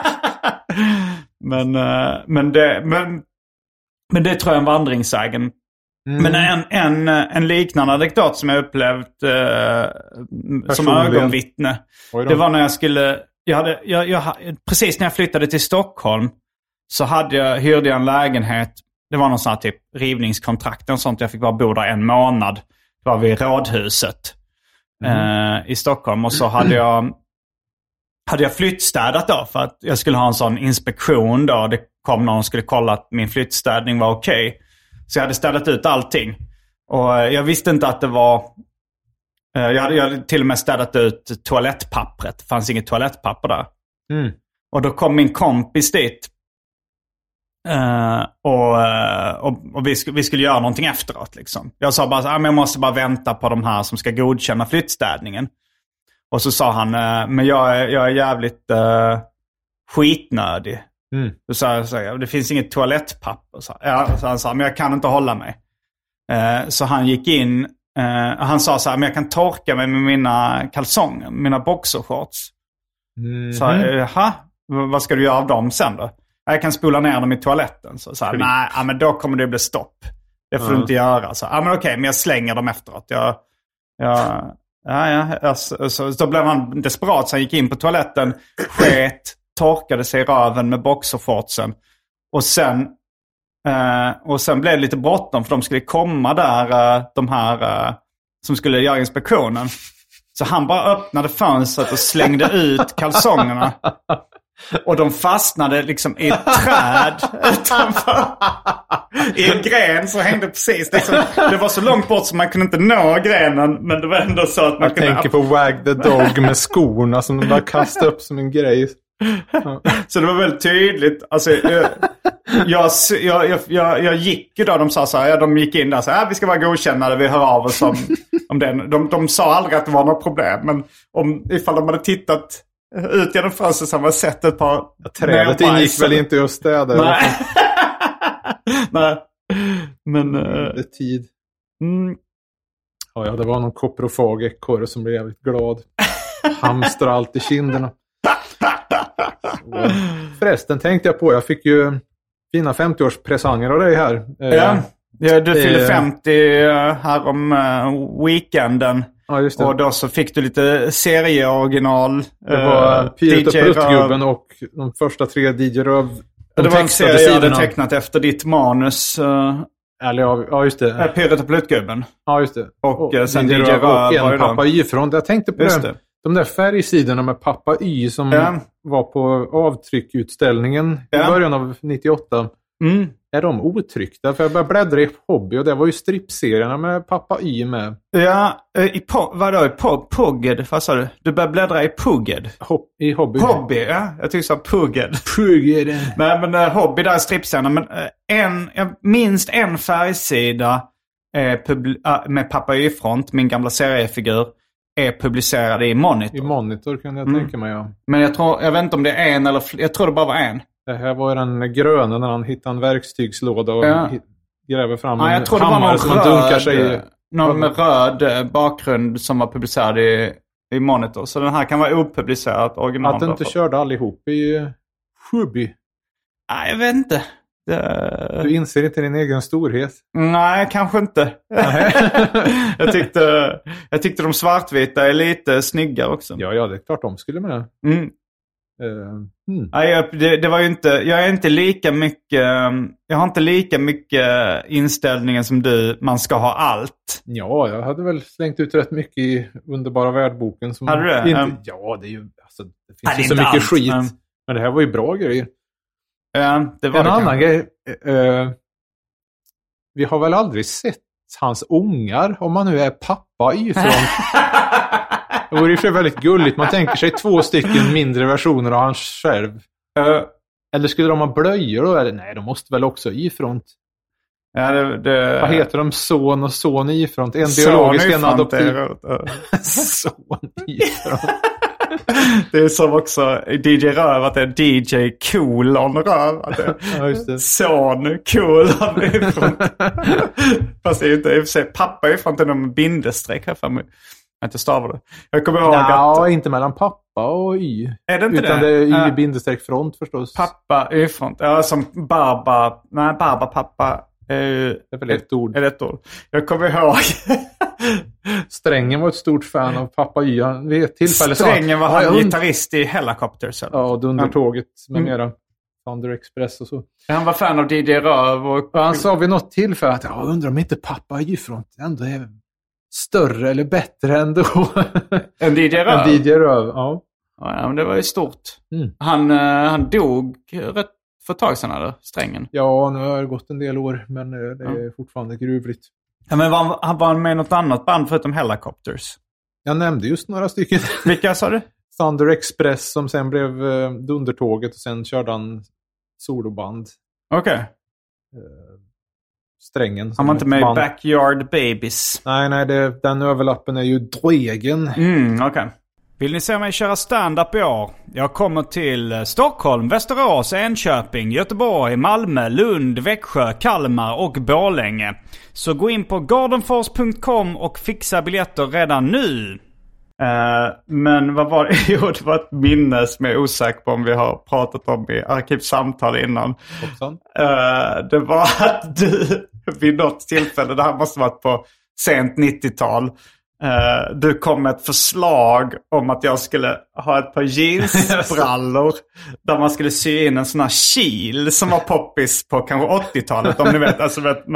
men, men, det, men, men det tror jag är en vandringssägen. Mm. Men en, en, en liknande anekdot som jag upplevt eh, som ögonvittne. Det var när jag skulle... Jag hade, jag, jag, precis när jag flyttade till Stockholm så hade jag, hyrde jag en lägenhet. Det var någon sån här typ rivningskontrakt och sånt. Jag fick bara bo där en månad. Det var vid Rådhuset mm. eh, i Stockholm. Och så hade jag, hade jag flyttstädat då för att jag skulle ha en sån inspektion då. Det kom någon och skulle kolla att min flyttstädning var okej. Okay. Så jag hade städat ut allting. Och jag visste inte att det var... Jag hade, jag hade till och med städat ut toalettpappret. Det fanns inget toalettpapper där. Mm. Och då kom min kompis dit. Uh, och och, och vi, sk- vi skulle göra någonting efteråt. Liksom. Jag sa bara att jag måste bara vänta på de här som ska godkänna flyttstädningen. Och så sa han, uh, men jag är, jag är jävligt uh, skitnödig. Mm. Så sa jag, så jag, det finns inget toalettpapper. Så, ja, så han sa, men jag kan inte hålla mig. Eh, så han gick in, eh, han sa så här, men jag kan torka mig med mina kalsonger, mina boxershorts. Mm. Så jaha, vad ska du göra av dem sen då? Jag kan spola ner dem i toaletten. Så, så här, nej, ja, men då kommer det bli stopp. Det får mm. du inte göra. Så, ja, men okej, men jag slänger dem efteråt. Jag, jag, ja, ja, jag, så, så, så blev han desperat, så han gick in på toaletten, sket, torkade sig i röven med boxershortsen. Och sen eh, och sen blev det lite bråttom för de skulle komma där, eh, de här eh, som skulle göra inspektionen. Så han bara öppnade fönstret och slängde ut kalsongerna. Och de fastnade liksom i ett träd utanför. I en gren så hängde precis. Liksom, det var så långt bort så man kunde inte nå grenen. Men det var ändå så att man jag kunde... Jag tänker på Wag the Dog med skorna som de bara kastade upp som en grej. Ja. Så det var väldigt tydligt. Alltså, jag, jag, jag, jag, jag gick ju då, de sa så här, ja, de gick in där så här, vi ska vara godkännade, vi hör av oss om, om den. De, de sa aldrig att det var något problem, men om, ifall de hade tittat ut genom fönstret så hade man sett ett par... Ja, trädet ingick väl inte just det där. Nej. Nej. Men... Uh, det är tid. Mm. Ja, ja, det var någon koprofag ekorre som blev jävligt glad. Hamstra allt i kinderna. Så. Förresten tänkte jag på, jag fick ju fina femtioårspresanger av dig här. Ja, ja du fyllde femtio här om uh, weekenden. Ja, just det. Och då så fick du lite serieoriginal. Det var uh, Piret och Pruttgubben och de första tre D J Röv. De det var en serie jag hade tecknat efter ditt manus. Uh, Eller ja, ja, just det. Uh, Piret och Pruttgubben. Ja, just det. Och, och uh, sen D J Röv och en var Pappa Y-front. Jag tänkte på just det. det. De där färgsidorna med Pappa Y som ja. var på avtryckutställningen ja. i början av nittioåtta. Mm. Är de otryckta? För jag började bläddra i Hobby och det var ju strippserierna med Pappa Y med. Ja, i po- vadå? I po- Pugged? Vad sa du? Du började bläddra i Pugged? Ho- I Hobby. Hobby, ja. Jag tyckte så Pugged. Pugged. Nej, men uh, Hobby där är strippserierna. Men uh, en, uh, minst en färgsida uh, publi- uh, med Pappa Y-front, min gamla seriefigur, är publicerade i Monitor. I Monitor kan jag mm. tänka mig, ja. Men jag tror, jag vet inte om det är en eller fler. Jag tror det bara var en. Det här var den gröna när han hittar en verktygslåda och ja. gräver fram ja, en jag tror det var någon som röd, dunkar sig i. Någon med röd bakgrund som var publicerad i, i Monitor. Så den här kan vara opublicerad original. Att du inte körde allihop i Hobby. Nej, jag vet inte. Det... Du inser inte din egen storhet. Nej, kanske inte. jag, tyckte, jag tyckte de svartvita är lite snyggare också. Ja, ja, det är klart de skulle med. Mm. Uh, mm. Nej, jag, det, det var ju inte, jag är inte lika mycket, jag har inte lika mycket inställningen som du, man ska ha allt. Ja, jag hade väl slängt ut rätt mycket i Underbara världboken. Som hade du det? Inte, um, ja, det är ju, alltså, det finns nej, ju så mycket allt, skit. um, men det här var ju bra grejer. Ja, det var en det annan kan. grej. Uh, vi har väl aldrig sett hans ungar, om man nu är pappa ifrån. Det vore ju väldigt gulligt. Man tänker sig två stycken mindre versioner av hans själv. Uh, eller skulle de ha blöjor då? Eller, nej, de måste väl också ifrån. Ja, det, det... Vad heter de? Son och son ifrån? En son biologisk, en adoptiv. Är... Son ifrån. Det är som också D J Röv att det är D J kolon Röv. Att det är ja, just det. Son kolon ifrån. Fast det är inte i och för sig pappa ifrån till någon bindestreck här för mig. Jag inte stavar det. Jag kommer ihåg ja, att... inte mellan pappa och Y. Är det inte utan det? det är Y uh, bindestreck front förstås. Pappa Y-front. Ja, som Barba. Nej, Barba pappa. Uh, det är väl ett ord. Är det ett ord? Jag kommer ihåg... Strängen var ett stort fan av pappa Y. Vid ett tillfälle Strängen var han ja, gitarrist i Helicopters. Eller? Ja, och Dundertåget med mera. Mm. Thunder Express och så. Han var fan av D J Röv. Och... och han sa vid något tillfälle att jag undrar om inte pappa Y-front ändå är större eller bättre ändå. En D J Röv? En D J Röv, ja. Ja, men det var ju stort. Mm. Han, uh, han dog rätt för ett tag sedan, eller? Strängen. Ja, nu har det gått en del år, men uh, det är ja. fortfarande gruvligt. Ja, men var han, var han med i något annat band förutom Helicopters? Jag nämnde just några stycken. Vilka sa du? Thunder Express som sen blev uh, Dundertåget och sen körde han soloband. Okej. Okay. Uh, Strängen. Han var inte med i Backyard Babies. Nej, nej, det, den överlappen är ju Dregen. Mm, okej. Okay. Vill ni se mig köra stand-up i år? Jag kommer till Stockholm, Västerås, Enköping, Göteborg, Malmö, Lund, Växjö, Kalmar och Borlänge. Så gå in på gardenfors punkt com och fixa biljetter redan nu. Uh, men vad var det? Jo, det var ett minne som jag är osäker på om vi har pratat om i arkivsamtal innan. Uh, det var att du vid något tillfälle, det här måste varit på sent nittiotal, uh, du kom med ett förslag om att jag skulle ha ett par jeansbrallor där man skulle sy in en sån här kil som var poppis på kanske åttiotalet, om ni vet, alltså vet, med,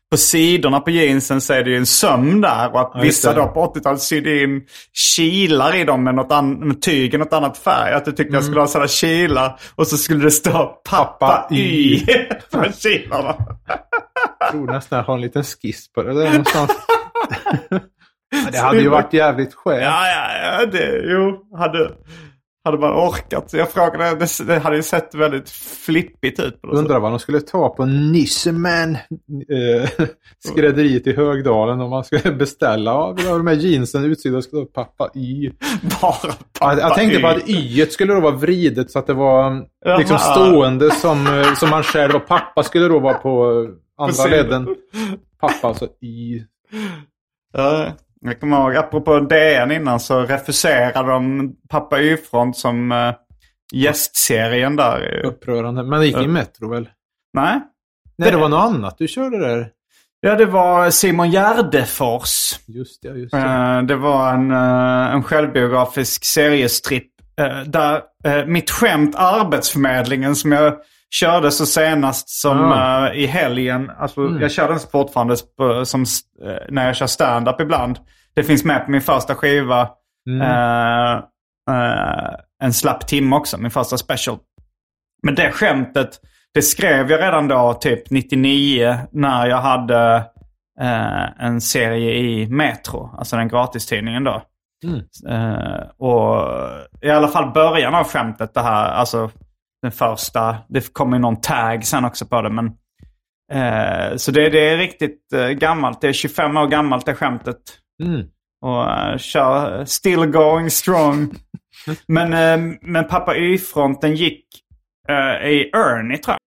på sidorna på jeansen så är det ju en söm där. Och att ja, vissa då på åttiotalet sydde in kilar i dem med, något an- med tyg i något annat färg. Att du tyckte mm. jag skulle ha sådana kilar. Och så skulle det stå pappa, pappa Y på kilarna. Jag tror nästan jag har en liten skiss på det där någonstans. Ja, det hade ju varit jävligt skönt. Ja, ja, ja, det, jo, hade, hade man orkat. Jag frågade, det, det hade ju sett väldigt flippigt ut. På undrar vad de skulle ta på Nisseman äh, skrädderiet i Högdalen om man skulle beställa. Ja, vi har de här jeansen utsida skulle ha pappa Y. Bara pappa jag, jag tänkte y. på att Y skulle då vara vridet så att det var liksom stående som, som man själv, och pappa skulle då vara på andra på ledden. Pappa, alltså Y. Ja. Jag kommer ihåg, apropå D N innan så refuserade de Pappa Y-front som uh, gästserien där. Upprörande. Men det gick i Metro väl? Nej. Nej, det, det var något annat du körde där. Ja, det var Simon Gärdefors. Just det, just det. Uh, det var en, uh, en självbiografisk seriestripp uh, där uh, mitt skämt Arbetsförmedlingen som jag körde så senast som ah. uh, i helgen. Alltså, mm. Jag kör den fortfarande på, som, uh, när jag kör stand-up ibland. Det finns med på min första skiva. Mm. Uh, uh, en slapp timme också, min första special. Men det skämtet, det skrev jag redan då typ nittionio när jag hade uh, en serie i Metro. Alltså den gratistidningen då. Mm. Uh, och i alla fall början av skämtet det här, alltså den första, det kommer någon tag sen också på det, men eh, så det, det är riktigt eh, gammalt, det är tjugofem år gammalt det skämtet. Mm. Och uh, kör still going strong. men, eh, men Pappa Y-fronten gick eh, i Ernie, tror jag.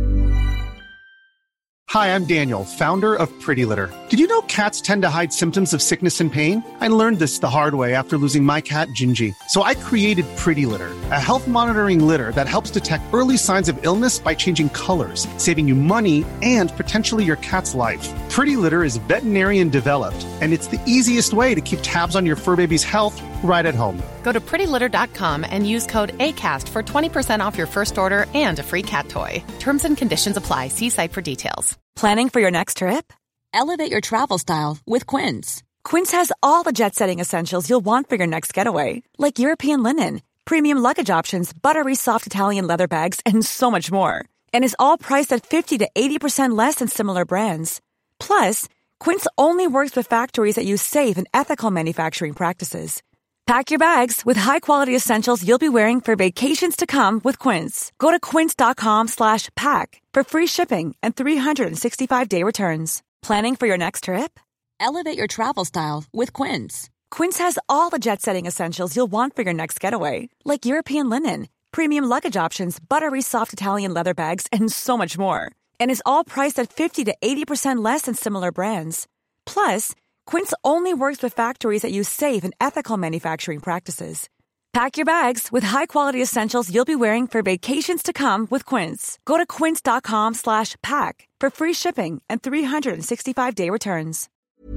Hi, I'm Daniel, founder of Pretty Litter. Did you know cats tend to hide symptoms of sickness and pain? I learned this the hard way after losing my cat, Gingy. So I created Pretty Litter, a health monitoring litter that helps detect early signs of illness by changing colors, saving you money and potentially your cat's life. Pretty Litter is veterinarian developed, and it's the easiest way to keep tabs on your fur baby's health right at home. Go to pretty litter dot com and use code ACAST for twenty percent off your first order and a free cat toy. Terms and conditions apply. See site for details. Planning for your next trip? Elevate your travel style with Quince. Quince has all the jet-setting essentials you'll want for your next getaway, like European linen, premium luggage options, buttery soft Italian leather bags, and so much more. And is all priced at fifty to eighty percent less than similar brands. Plus, Quince only works with factories that use safe and ethical manufacturing practices. Pack your bags with high-quality essentials you'll be wearing for vacations to come with Quince. Go to quince dot com slash pack for free shipping and three sixty-five day returns. Planning for your next trip? Elevate your travel style with Quince. Quince has all the jet-setting essentials you'll want for your next getaway, like European linen, premium luggage options, buttery soft Italian leather bags, and so much more. And is all priced at fifty to eighty percent less than similar brands. Plus, Quince only works with factories that use safe and ethical manufacturing practices. Pack your bags with high-quality essentials you'll be wearing for vacations to come with Quince. Go to quince dot com slash pack for free shipping and three sixty-five day returns.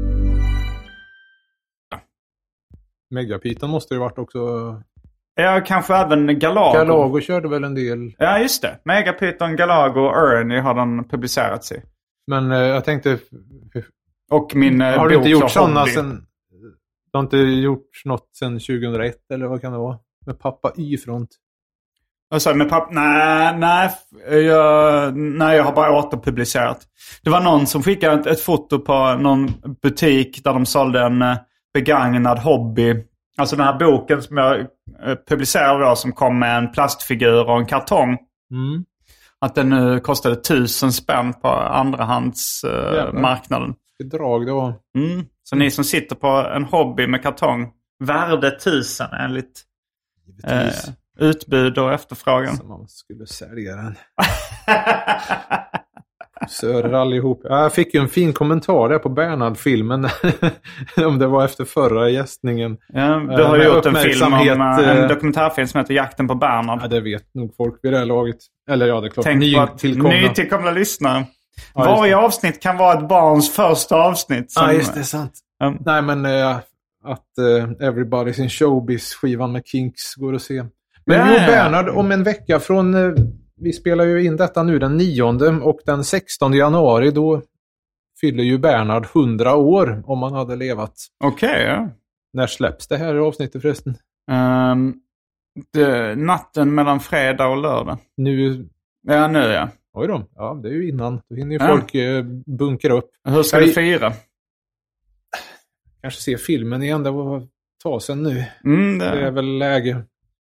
Megapyton måste ju varit också... Ja, kanske även Galago. Galago körde väl en del... Ja, just det. Megapyton, Galago och Ernie har den publicerats i. Men eh, jag tänkte... Och min har du inte gjort sådana sen... Du har inte gjort något sen tjugohundraett eller vad kan det vara? Med Pappa Y-front. Alltså med pappa... Nej, nej. Jag, nej, jag har bara återpublicerat. Det var någon som skickade ett, ett foto på någon butik där de sålde en begagnad hobby. Alltså den här boken som jag publicerade då som kom med en plastfigur och en kartong. Mm. Att den nu kostade tusen spänn på andrahandsmarknaden. Uh, drag då. Mm. Så ni som sitter på en hobby med kartong, värde tusen enligt eh, utbud och efterfrågan. Som man skulle sälja den. Söder allihop. Jag fick ju en fin kommentar där på Bernhard-filmen. Om det var efter förra gästningen. Ja, du har gjort en film om en dokumentärfilm som heter Jakten på Bernhard. Ja, det vet nog folk vid det här laget. Eller ja, det är klart. Tänk ny, på att tillkomna. Ny tillkomna lyssnare. Ja, varje avsnitt kan vara ett barns första avsnitt. Som, ja, just det, sant. Um, Nej, men äh, att äh, Everybody's in Showbiz-skivan med Kinks går att se. Men ja, jo, Bernhard, om en vecka från... Äh, vi spelar ju in detta nu den nionde och den sextonde januari då fyller ju Bernhard hundra år om han hade levat. Okej, okay, ja. När släpps det här avsnittet förresten? Um, det, natten mellan fredag och lördag. Nu? Ja, nu ja. Oj då. Ja, det är ju innan. Då hinner ju ja. folk eh, bunkra upp. Hur ska du fira? Kanske se filmen igen. Det var ta sen nu. Mm, det... det är väl läge.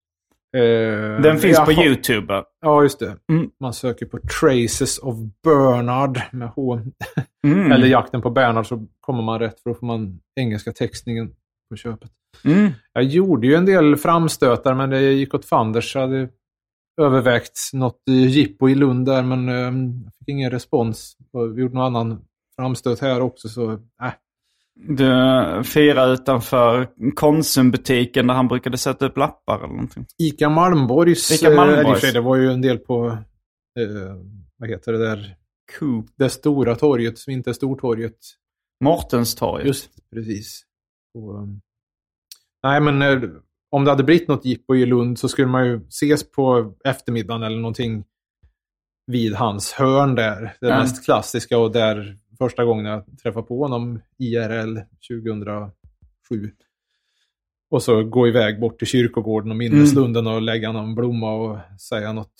Eh, Den finns på har... YouTube. Ja, just det. Mm. Man söker på Traces of Bernhard med H. Mm. Eller Jakten på Bernhard, så kommer man rätt, för då får man engelska textningen på köpet. Mm. Jag gjorde ju en del framstötar, men det gick åt fanders. Jag hade övervägt något jippo i Lund där, men eh, jag fick ingen respons. Och vi gjorde någon annan framstöt här också, så äh. Du firar utanför Konsumbutiken där han brukade sätta upp lappar eller någonting. Ica Malmborgs. Ica Malmborgs. Eh, det var ju en del på, eh, vad heter det där? Coop. Det stora torget, som inte är Stortorget. Mårtenstorget. Just, precis. Och, um, nej, men eh, om det hade blivit något jippo i Lund så skulle man ju ses på eftermiddagen eller någonting vid hans hörn där. Det mm. mest klassiska, och där första gången jag träffade på honom I R L tjugohundrasju. Och så gå iväg bort till kyrkogården och minneslunden mm. och lägga någon blomma och säga något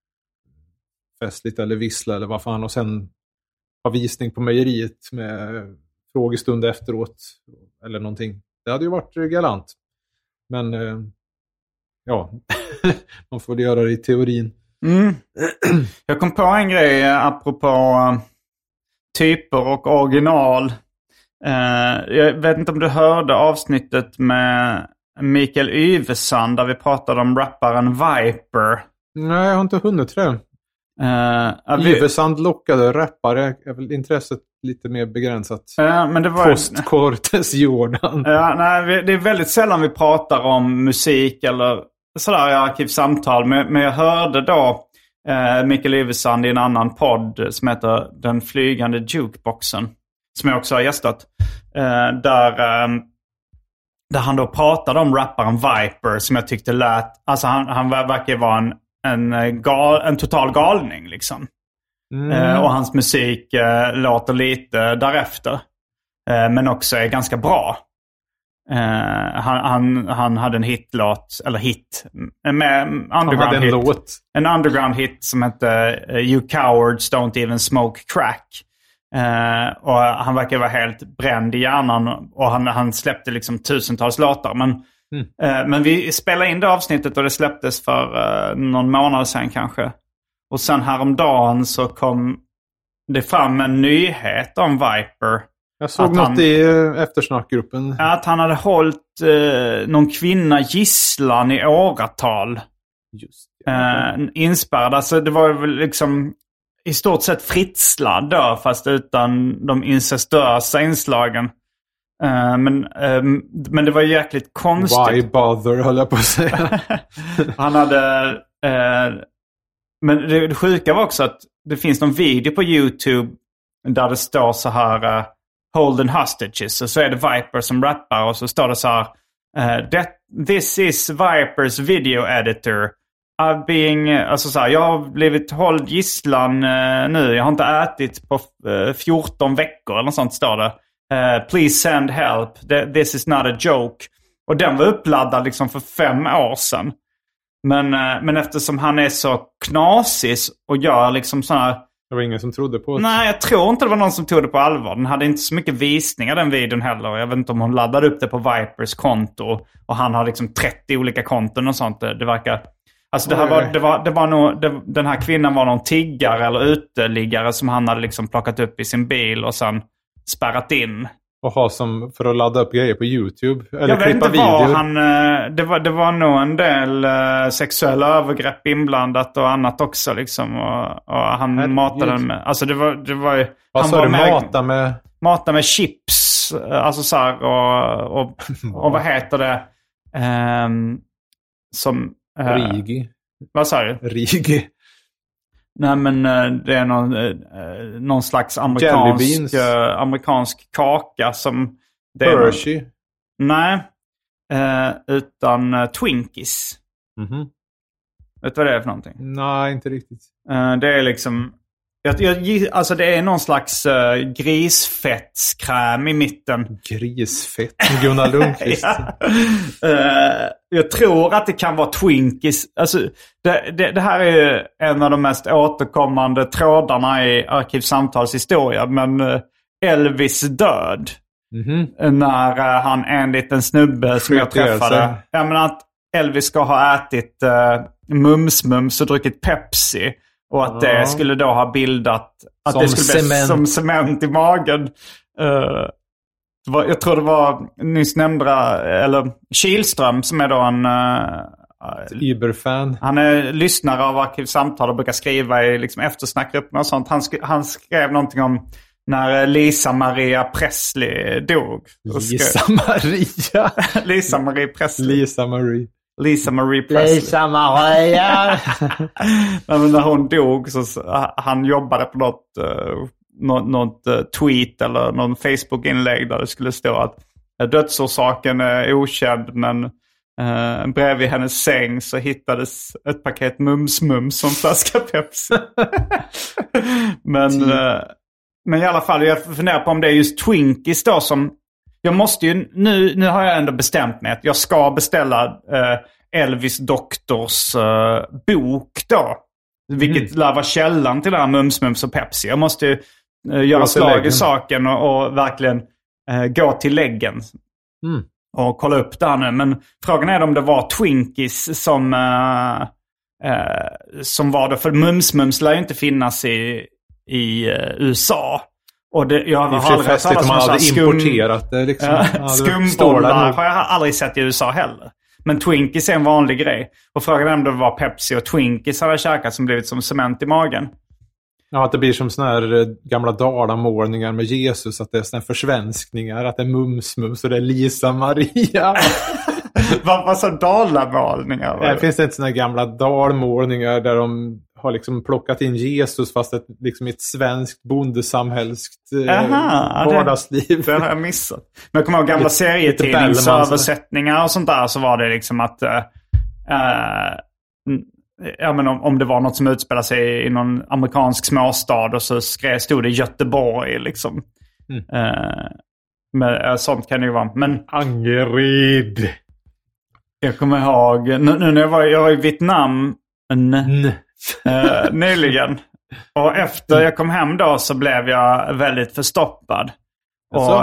festligt eller vissla eller vad fan. Och sen ha visning på mejeriet med frågestund efteråt eller någonting. Det hade ju varit galant. Men eh, ja, man får göra det i teorin. Mm. Jag kom på en grej apropå uh, typer och original. Uh, jag vet inte om du hörde avsnittet med Mikael Yvesand där vi pratade om rapparen Viper. Nej, jag har inte hunnit det. Uh, Yvesand lockade rappare, är väl intresset lite mer begränsat. Uh, men det var Post Cortes Jordan. Uh, nej, vi, det är väldigt sällan vi pratar om musik eller sådär i Arkivsamtal. Men, men jag hörde då uh, Mikael Yvesand i en annan podd som heter Den flygande jukeboxen, som jag också har gästat. Uh, där, um, där han då pratade om rapparen Viper, som jag tyckte lät... Alltså han, han verkar vara en En, gal, en total galning liksom. Mm. Eh, och hans musik eh, låter lite därefter. Eh, men också är ganska bra. Eh, han, han, han hade en hitlåt, eller hit, med underground han hade en hit. Låt. En underground hit som hette uh, You Cowards Don't Even Smoke Crack. Eh, och han verkar vara helt bränd i hjärnan. Och han, han släppte liksom tusentals låtar. Men Mm. Uh, men vi spelade in det avsnittet och det släpptes för uh, någon månad sedan kanske. Och sen häromdagen så kom det fram en nyhet om Viper. Jag såg något han, i uh, eftersnackgruppen. Att han hade hållit uh, någon kvinna gisslan i åratal. Just det. Uh, inspärrad. Alltså det var väl liksom i stort sett fritslad då, fast utan de incestuösa inslagen. Uh, men, uh, men det var jäkligt konstigt. Why bother, höll jag på att säga. Han hade... Uh, men det, det sjuka var också att det finns någon video på YouTube där det står så här uh, Holden Hostages. Och så är det Viper som rappar och så står det så här uh, that, This is Vipers video editor. I've being, alltså så här, jag har blivit hålld gisslan uh, nu. Jag har inte ätit på uh, fjorton veckor eller något sånt står det. Uh, please send help. This is not a joke. Och den var uppladdad liksom för fem år sedan. Men, uh, men eftersom han är så knasig och gör liksom sådana... Det var ingen som trodde på det. Nej, jag tror inte det var någon som tog det på allvar. Den hade inte så mycket visningar den videon heller. Jag vet inte om hon laddade upp det på Vipers konto. Och han har liksom trettio olika konton och sånt. Det, det verkar... Alltså det här var, det var, det var nog, det, den här kvinnan var någon tiggare eller uteliggare som han hade liksom plockat upp i sin bil och sen spärrat in. Och ha som för att ladda upp grejer på YouTube eller jag klippa vet inte vad videor. Han, det, var, det var nog en del uh, sexuella övergrepp inblandat och annat också liksom. Och, och han Herregud. matade den med... Alltså det var, det var ju... Vad han sa var du? med, mata med... Mata med chips. Alltså så här och, och, och vad heter det? Um, som... Uh, Rigi. Vad sa du? Rigi. Nej, men det är någon, någon slags amerikansk, uh, amerikansk kaka som... Hershey? Någon, nej, uh, utan uh, Twinkies. Mm-hmm. Vet du vad det är för någonting? Nej, inte riktigt. Uh, det är liksom Jag, jag, alltså det är någon slags uh, grisfettskräm i mitten. Grisfett? Gunnar Lundqvist. ja. uh, jag tror att det kan vara Twinkies. Alltså, det, det, det här är en av de mest återkommande trådarna i Arkivsamtals historia. Men uh, Elvis död. Mm-hmm. När uh, han enligt en snubbe som jag träffade. Jag menar att Elvis ska ha ätit uh, mums-mums och druckit Pepsi. Och att det skulle då ha bildat... Att som det skulle cement. bli som cement i magen. Uh, det var, jag tror det var nyss nämnda... Eller Kihlström som är då en... Uh, Uber-fan. Han är lyssnare av Arkivsamtal och brukar skriva i liksom, eftersnackgrupperna och sånt. Han, sk- han skrev någonting om när Lisa Maria Presley dog. Lisa Maria? Lisa Marie Presley. Lisa Marie. Lisa Marie Presley. Lisa Maria. Men när hon dog så han jobbade på något, uh, något, något uh, tweet eller någon Facebook-inlägg där det skulle stå att uh, dödsorsaken är okänd, men uh, bredvid hennes säng så hittades ett paket mums-mums och en flaska Pepsi. men, uh, men i alla fall, jag funderar på om det är just Twinkies då som... Jag måste ju, nu, nu har jag ändå bestämt mig att jag ska beställa uh, Elvis Doktors uh, bok då. Vilket mm. lär vara källan till det här mums-mums och Pepsi. Jag måste ju uh, göra slag i saken och, och verkligen uh, gå till läggen. Mm. Och kolla upp det här nu. Men frågan är om det var Twinkies som, uh, uh, som var det. För mums-mums lär ju inte finnas i, i uh, U S A. Och det, jag har aldrig sett att man hade skum, importerat det. Liksom. Uh, skumbollar har jag aldrig sett i U S A heller. Men Twinkies är en vanlig grej. Och frågan är om det var Pepsi och Twinkies hade käkat som blivit som cement i magen. Ja, att det blir som såna här gamla dalamålningar med Jesus. Att det är såna här försvenskningar. Att det är mums-mums och det är Lisa Maria. Vad var så dalamålningar? Det finns inte såna här gamla dalmålningar där de har liksom plockat in Jesus fast ett, liksom ett svenskt bondesamhälskt eh, vardagsliv. Det, det har jag missat. Men jag kommer ihåg gamla serietidningsöversättningar och sånt där, så var det liksom att uh, uh, ja, men om, om det var något som utspelade sig i någon amerikansk småstad och så skrev, stod det Göteborg liksom. Mm. Uh, men, uh, sånt kan det ju vara. Men Angered. Jag kommer ihåg nu, nu när jag var, jag var i Vietnam n, uh, nyligen. Och efter jag kom hem då så blev jag väldigt förstoppad. Och,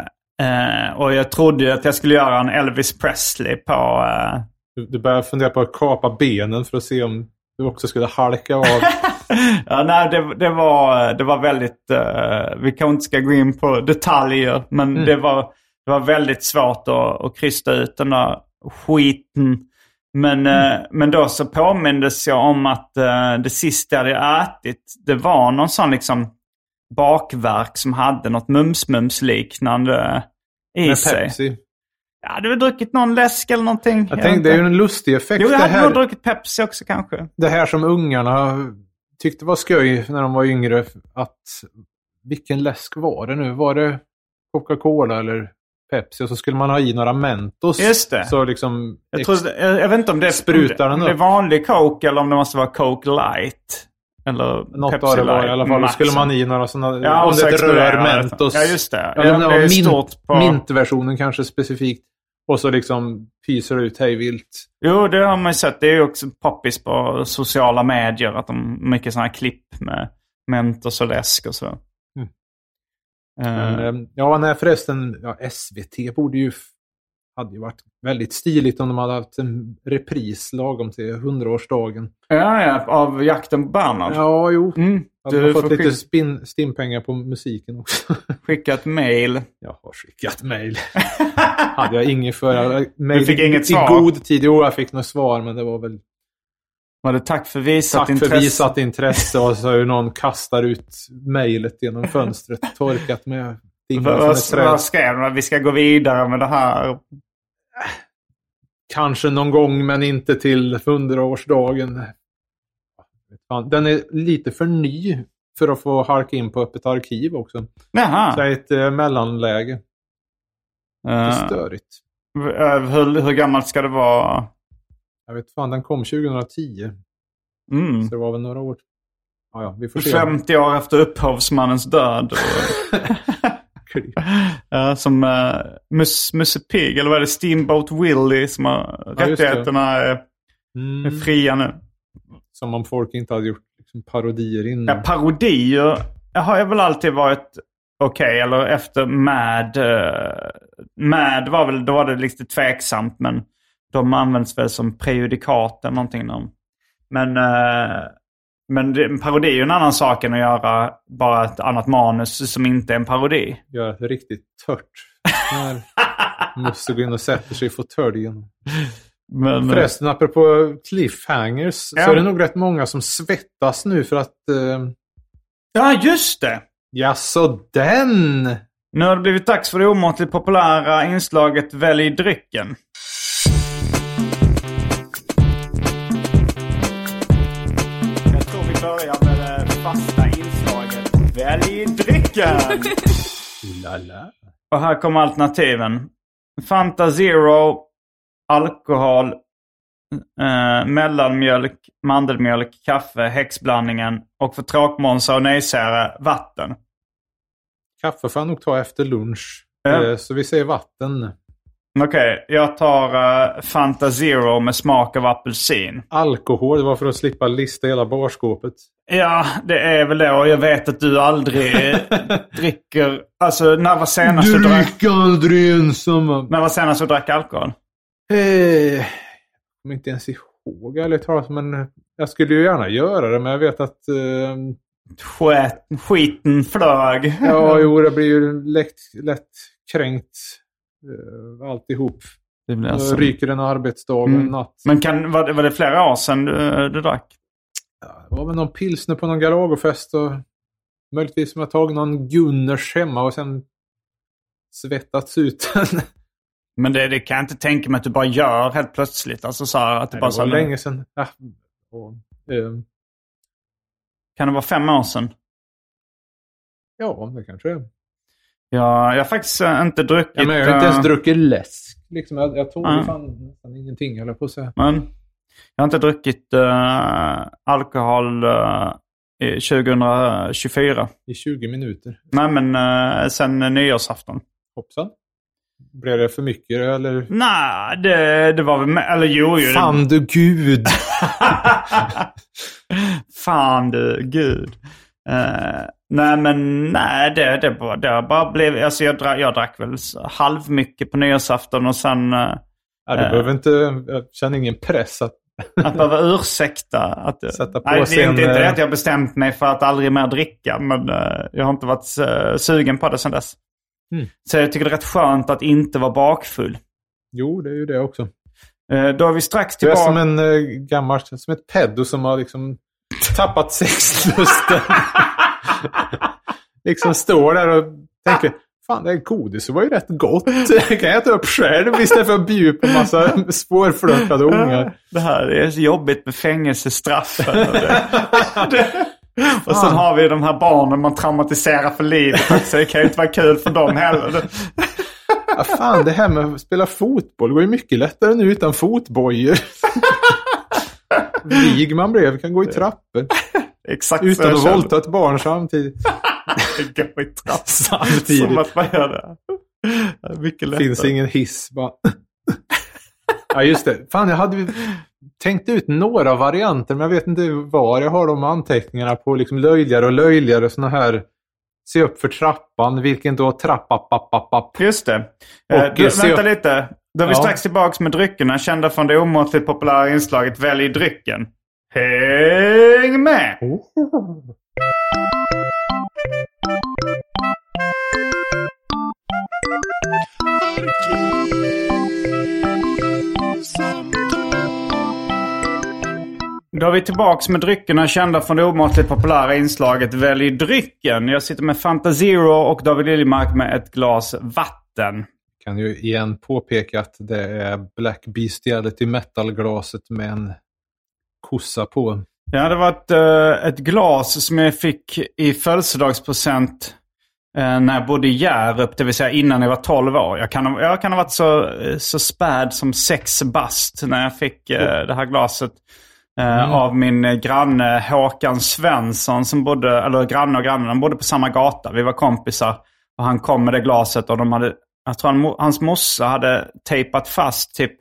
uh, och jag trodde att jag skulle göra en Elvis Presley på... Uh... Du, du började fundera på att kapa benen för att se om du också skulle halka av. ja, nej, det, det, var, det var väldigt... Uh, vi kanske inte ska gå in på detaljer. Men mm. det, var, det var väldigt svårt att, att krysta ut den där skiten. Men, mm. uh, men då så påmindes jag om att uh, det sista jag hade ätit, det var någon sån liksom bakverk som hade något mums-mums-liknande i med sig. Pepsi. Ja, du har druckit någon läsk eller någonting. Jag, jag tänkte, det är ju en lustig effekt. Jo, jag hade det här, nog druckit Pepsi också kanske. Det här som ungarna tyckte var skoj när de var yngre. Att vilken läsk var det nu? Var det Coca-Cola eller Pepsi? Och så skulle man ha i några Mentos. Just det. Så liksom jag, tror, jag, jag vet inte om det, sprutar om det, om det är vanlig Coke eller om det måste vara Coke Light. Eller något Pepsi av det var Light. i alla fall. Då skulle man i några sådana... Ja, om det rör Mentos. Ja, just det. Ja, ja, det är min, stort på... Mintversionen kanske specifikt. Och så liksom pyser ut hej vilt. Jo, det har man ju sett. Det är ju också poppis på sociala medier. Att de mycket sådana här klipp med Mentos och läsk och så. Mm. Men, uh. Ja, nej, förresten. Ja, S V T borde ju... hade ju varit väldigt stiligt om de hade haft en repris lagom till hundraårsdagen. Ja, ja, av Jakten på Bernhard. Ja, jo. Mm. Hade du fått lite spin, stimpengar på musiken också. Skickat mail. Jag har skickat mail. Hade jag inget för. Mail du fick inget i, svar? I god tid. Jo, jag fick något svar, men det var väl... Var det tack för visat tack intresse? Tack för visat intresse. Och så är någon kastar ut mejlet genom fönstret. Torkat med... Vad skrev de? Vi ska gå vidare med det här... Kanske någon gång, men inte till hundraårsdagen. Den är lite för ny för att få harka in på öppet arkiv också. Jaha. Så det är ett eh, mellanläge. Uh, det är störigt. Hur, hur gammalt ska det vara? Jag vet fan, den kom tjugohundratio. Mm. Så det var väl några år. Ja, ja, vi får se. femtio år efter upphovsmannens död. Ja, som uh, Mus, Musse Pig, eller vad är det? Steamboat Willie som har ja, rättigheterna är, mm. är fria nu. Som om folk inte hade gjort liksom, parodier innan. Ja, parodier har jag väl alltid varit okej. Okay, eller efter Mad. Uh, Mad var väl, då var det lite tveksamt, men de används väl som prejudikat eller någonting. Om. Men... Uh, Men det, parodi är ju en annan sak än att göra bara ett annat manus som inte är en parodi. Göra det riktigt tört. Måste gå in och sätta sig i fåtöljen. Men förresten, apropå cliffhangers, ja. Så är det nog rätt många som svettas nu för att... Uh... Ja, just det! Ja, så den! Nu har det blivit dags för det omåttligt populära inslaget Välj drycken. Börjar med det fasta inslaget Välj drycken. Lala. Och här kommer alternativen. Fanta Zero, alkohol, eh, mellanmjölk, mandelmjölk, kaffe, häxblandningen och för tråkmånsar och nejsägare vatten. Kaffe får jag nog ta efter lunch. Ja. Eh, så vi säger vatten. Okej, okay, jag tar uh, Fanta Zero med smak av apelsin. Alkohol, det var för att slippa lista hela barskåpet. Ja, det är väl det. Och jag vet att du aldrig dricker... Alltså, när var senast du, du drack... aldrig ensam. När var senast du drack alkohol? Eh, jag kommer inte ens ihåg, ärligt talat. Men jag skulle ju gärna göra det, men jag vet att... Uh... Skit, skiten flög. Ja, jo, det blir ju lätt, lätt kränkt. Uh, alltihop. Det blir alltså... ryker en arbetsdag och mm. en natt. Men kan, var, var det flera år sedan du, du drack? Ja, det var väl någon pilsner på någon garagefest och möjligtvis som jag tagit någon Gunners hemma och sen svettats ut den. Men det, det kan jag inte tänka mig att du bara gör helt plötsligt. Alltså så att du Nej, bara det var så länge sedan. Ja. Och, um... Kan det vara fem år sedan? Ja, det kanske är. Ja, jag har faktiskt inte druckit... Ja, men jag har inte ens druckit läsk. Liksom, jag, jag tog mm. fan nästan ingenting, eller på att säga. Men jag har inte druckit uh, alkohol uh, i tjugohundratjugofyra. I tjugo minuter? Nej, men uh, sen nyårsafton. Hoppsan. Blev det för mycket, eller? Nej, det, det var väl... Eller jo, jo. Fan du gud! Fan du gud. Uh, nej men nej det det bara det bara blev alltså jag drack jag drack väl halv mycket på nyårsafton och sen uh, ja, du uh, behöver inte jag känner ingen press att att behöva ursäkta att sätta på nej, sig det är inte, en, inte det att jag bestämt mig för att aldrig mer dricka, men uh, jag har inte varit uh, sugen på det sedan dess. Mm. Så jag tycker det är rätt skönt att inte vara bakfull. Jo, det är ju det också. Uh, då är vi strax tillbaka. Du är som en uh, gammal som ett pedo som har liksom tappat sexlusten. Liksom står där och tänker, fan det är godis, det var ju rätt gott. Kan jag äta upp själv istället för att bjuda på massa svårflörtade ungar. Det här är så jobbigt med fängelsestraffen. Och, det. Det. Och sen har vi de här barnen man traumatiserar för livet. Så det kan ju inte vara kul för dem heller. Ja, fan, det här med att spela fotboll går ju mycket lättare nu utan fotbojor. Vig man blev, kan gå i trappor. Exakt. Utan att volta ett barn samtidigt. Gå i trappor samtidigt. Som att man gör det. Det mycket lättare. Finns ingen hiss bara. Ja just det. Fan, jag hade tänkt ut några varianter, men jag vet inte var jag har de anteckningarna på liksom löjligare och löjligare såna här. Se upp för trappan, vilken då trappa papp, papp, papp. Just det. Eh, du, vänta upp. lite. Då är vi ja. strax tillbaka med dryckerna, kända från det omåttligt populära inslaget Välj drycken. Häng med! Oh. Då är vi tillbaka med dryckerna, kända från det omåttligt populära inslaget Välj drycken. Jag sitter med Fanta Zero och David Liljemark med ett glas vatten. Kan ju igen påpeka att det är Black Bestiality Metal-glaset med en kossa på. Ja, det var ett, uh, ett glas som jag fick i födelsedagspresent uh, när jag bodde i Hjärup, det vill säga innan jag var tolv år. Jag kan, jag kan ha varit så, så späd som sex bast när jag fick uh, det här glaset. Mm. Av min granne Håkan Svensson som bodde, eller granne och granne, de bodde på samma gata. Vi var kompisar och han kom med det glaset och de hade, jag tror han, hans morsa hade tejpat fast typ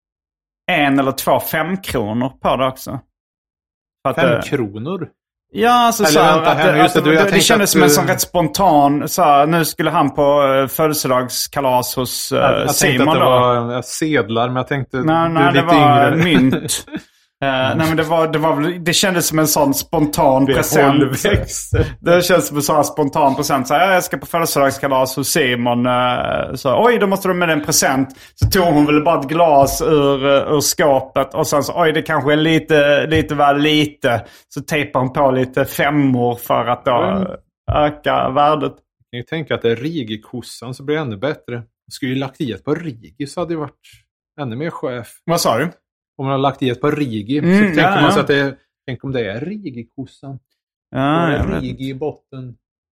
en eller två fem kronor på det också. Att, fem kronor? Ja, alltså eller, så här, vänta, att, här, att, det, det, det, det kändes att, som en sån rätt spontan, så här, nu skulle han på uh, födelsedagskalas hos uh, jag, jag Simon tänkte att det då. var sedlar, men jag tänkte nej, du nej, är lite det var yngre. mynt. Uh, nej men det var, det var det kändes som en sån spontan present. Det känns som en sån spontan present. Så här, jag ska på födelsedagskalas hos Simon. Uh, så oj, då måste du med en present. Så tog hon väl bara ett glas ur, uh, ur skåpet. Och sen så, oj, det kanske är lite, lite väl lite. Så tejpar hon på lite femmor för att då mm. öka värdet. Jag kan tänka att det är Rigi-kossan så blir det ännu bättre. Jag skulle ju lagt i ett på Rigi så hade det varit ännu mer chef. Vad sa du? Om man har lagt i ett par Rigi mm, så tänker ja, man ja. så att det är, tänk om det är Rigi-kossan. Ja, det är Rigi i botten.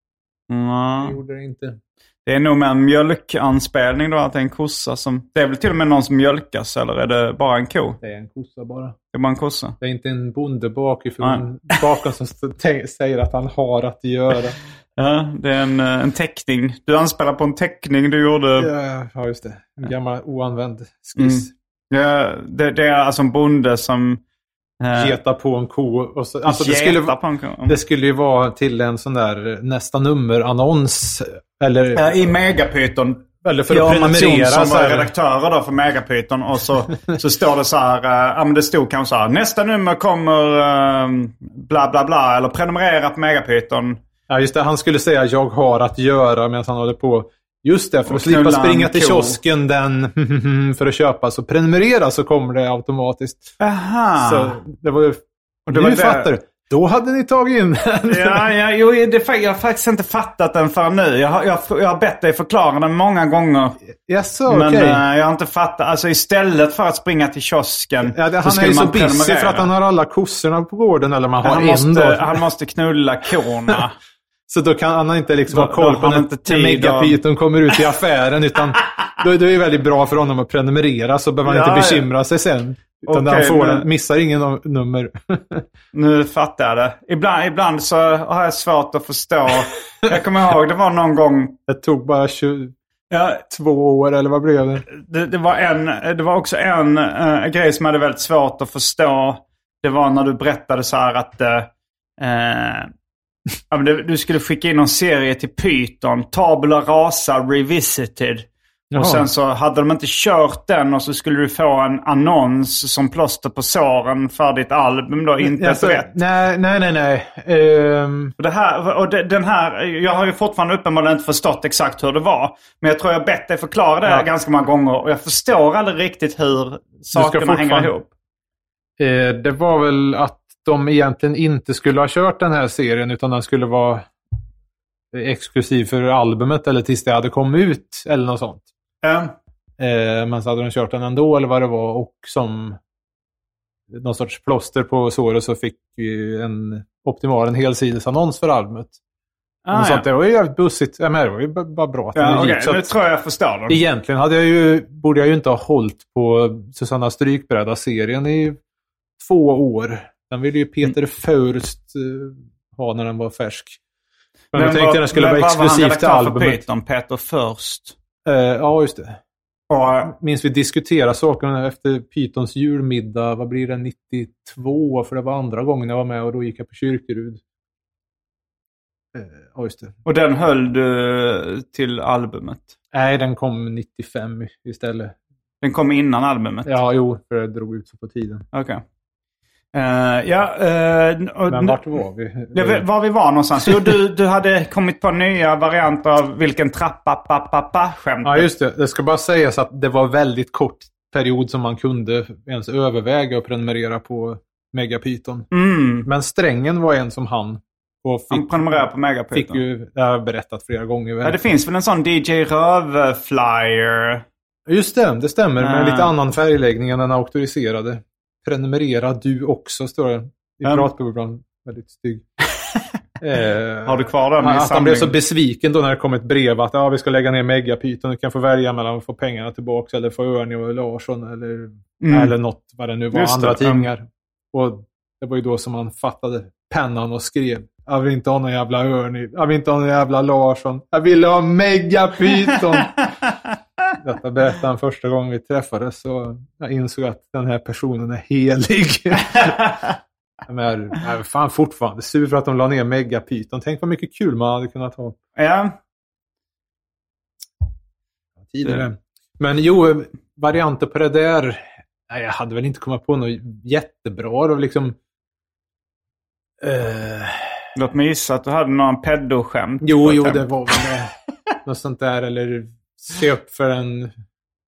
Ja. Det gjorde det inte. Det är nog med en mjölkanspelning då, att det är en kossa som... Det är väl till och med någon som mjölkas, eller är det bara en ko? Det är en kossa bara. Det är bara en kossa. Det är inte en bonde bakifrån bakom som st- säger att han har att göra. Ja, det är en, en teckning. Du anspelar på en teckning du gjorde... Ja, just det. En gammal oanvänd skiss. Mm. Ja, det, det är alltså en bonde som... Eh, Geta på en ko. Och så, alltså det, skulle, på en ko. Det skulle ju vara till en sån där nästa nummer-annons. Eller, ja, i Megapyton. Eller för att prenumerera. Som var redaktörer då för Megapyton. Och så, så står det så här... Äh, ja, men det stod kanske så här... Nästa nummer kommer äh, bla bla bla. Eller prenumerera på Megapyton. Ja, just det. Han skulle säga jag har att göra medan han håller på. Just det, för och att slippa springa till kiosken den för att köpa. Så prenumerera så kommer det automatiskt. Aha. Så det var ju... Och det nu var fattar du. Då hade ni tagit in den. Ja, ja jo, det, jag har faktiskt inte fattat den förrän nu. Jag har, jag, jag har bett dig förklara den många gånger. Yes, okay. Men uh, jag har inte fattat. Alltså istället för att springa till kiosken. Ja, det, han är ju så busy för att han har alla kossorna på gården. Eller man har han, en måste, då. han måste knulla korna. Så då kan han inte liksom ha koll på när Megapyton och... kommer ut i affären. Utan då är det väldigt bra för honom att prenumerera. Så behöver man ja, inte bekymra sig sen. Utan okay, han får men... missar ingen nummer. Nu fattar jag det. Ibland, ibland så har jag svårt att förstå. Jag kommer ihåg, det var någon gång... Det tog bara tjugotvå ja, år eller vad blev det? Det, det, var, en, det var också en äh, grej som jag hade väldigt svårt att förstå. Det var när du berättade så här att... Äh, Ja, men det, du skulle skicka in någon serie till Python. Tabula Rasa Revisited. Jaha. Och sen så hade de inte kört den och så skulle du få en annons som plåster på såren för ditt album då. Inte alltså, rätt. Nej, nej, nej. nej. Um... Och det här, och det, den här, jag har ju fortfarande uppenbarligen inte förstått exakt hur det var. Men jag tror jag bett dig förklara det ja. ganska många gånger. Och jag förstår aldrig riktigt hur sakerna hänger ihop. Eh, det var väl att de egentligen inte skulle ha kört den här serien utan den skulle vara exklusiv för albumet eller tills det hade kommit ut eller något sånt. Mm. Eh, men så hade de kört den ändå eller vad det var och som någon sorts plåster på såret så fick vi en optimal en helsidesannons för albumet. Ah, och sånt ja. Det var ju jävligt bussigt. Ja, men det var ju bara bra att ja, det okay. gick. Så det tror jag förstår dem. Egentligen hade jag ju, borde jag ju inte ha hållit på Susanna Strykbräda-serien i två år. Den ville ju Peter mm. Först uh, ha när den var färsk. Men, men jag tänkte var, att den skulle vara exklusivt till albumet. Python, Peter Först. Uh, ja, just det. Och, minns vi diskutera sakerna efter Pythons julmiddag. Vad blir det? nittiotvå? För det var andra gången jag var med och då gick jag på Kyrkerud. Uh, ja, just det. Och den höll du till albumet? Nej, den kom nittiofem istället. Den kom innan albumet? Ja, jo. För det drog ut så på tiden. Okej. Okay. Uh, ja, uh, och, men vart var vi? Ja, var vi var någonstans? Jo, du, du hade kommit på nya varianter av vilken trappa pappa pappa skämt. Ja, just det. Det ska bara sägas att det var väldigt kort period som man kunde ens överväga att prenumerera på Megapyton. Mm. Men Strängen var en som han. Och fick, han prenumererade på Megapyton. Fick ju, jag har berättat flera gånger. Ja, det finns väl en sån D J Röv-flyer. Just det, det stämmer. Uh. Med lite annan färgläggning än den auktoriserade. Prenumerera du också, står det. I um. pratbubblan. Väldigt stygg. eh, Har du kvar den? Att han blev så besviken då när det kom ett brev att ja, vi ska lägga ner Megapyton. Du kan få välja mellan att få pengarna tillbaka eller få Örne och Larsson eller, mm. eller något vad det nu var. Just andra det, tidningar. Um. Och det var ju då som man fattade pennan och skrev: jag vill inte ha någon jävla Örny, jag vill inte ha någon jävla Larsson, jag vill ha Megapyton. Detta berättade han första gången vi träffades, så jag insåg att den här personen är helig. Men jag är fan fortfarande sur för att de la ner Megapyton. Tänk vad mycket kul man hade kunnat ha. Ja. Tidigare. Men jo, varianter på det där. Nej, jag hade väl inte kommit på något jättebra. Och liksom, uh... Låt mig gissa att du hade någon pedo-skämt. Jo, jo, det var väl det. Något sånt där. Eller se upp för en... Uh...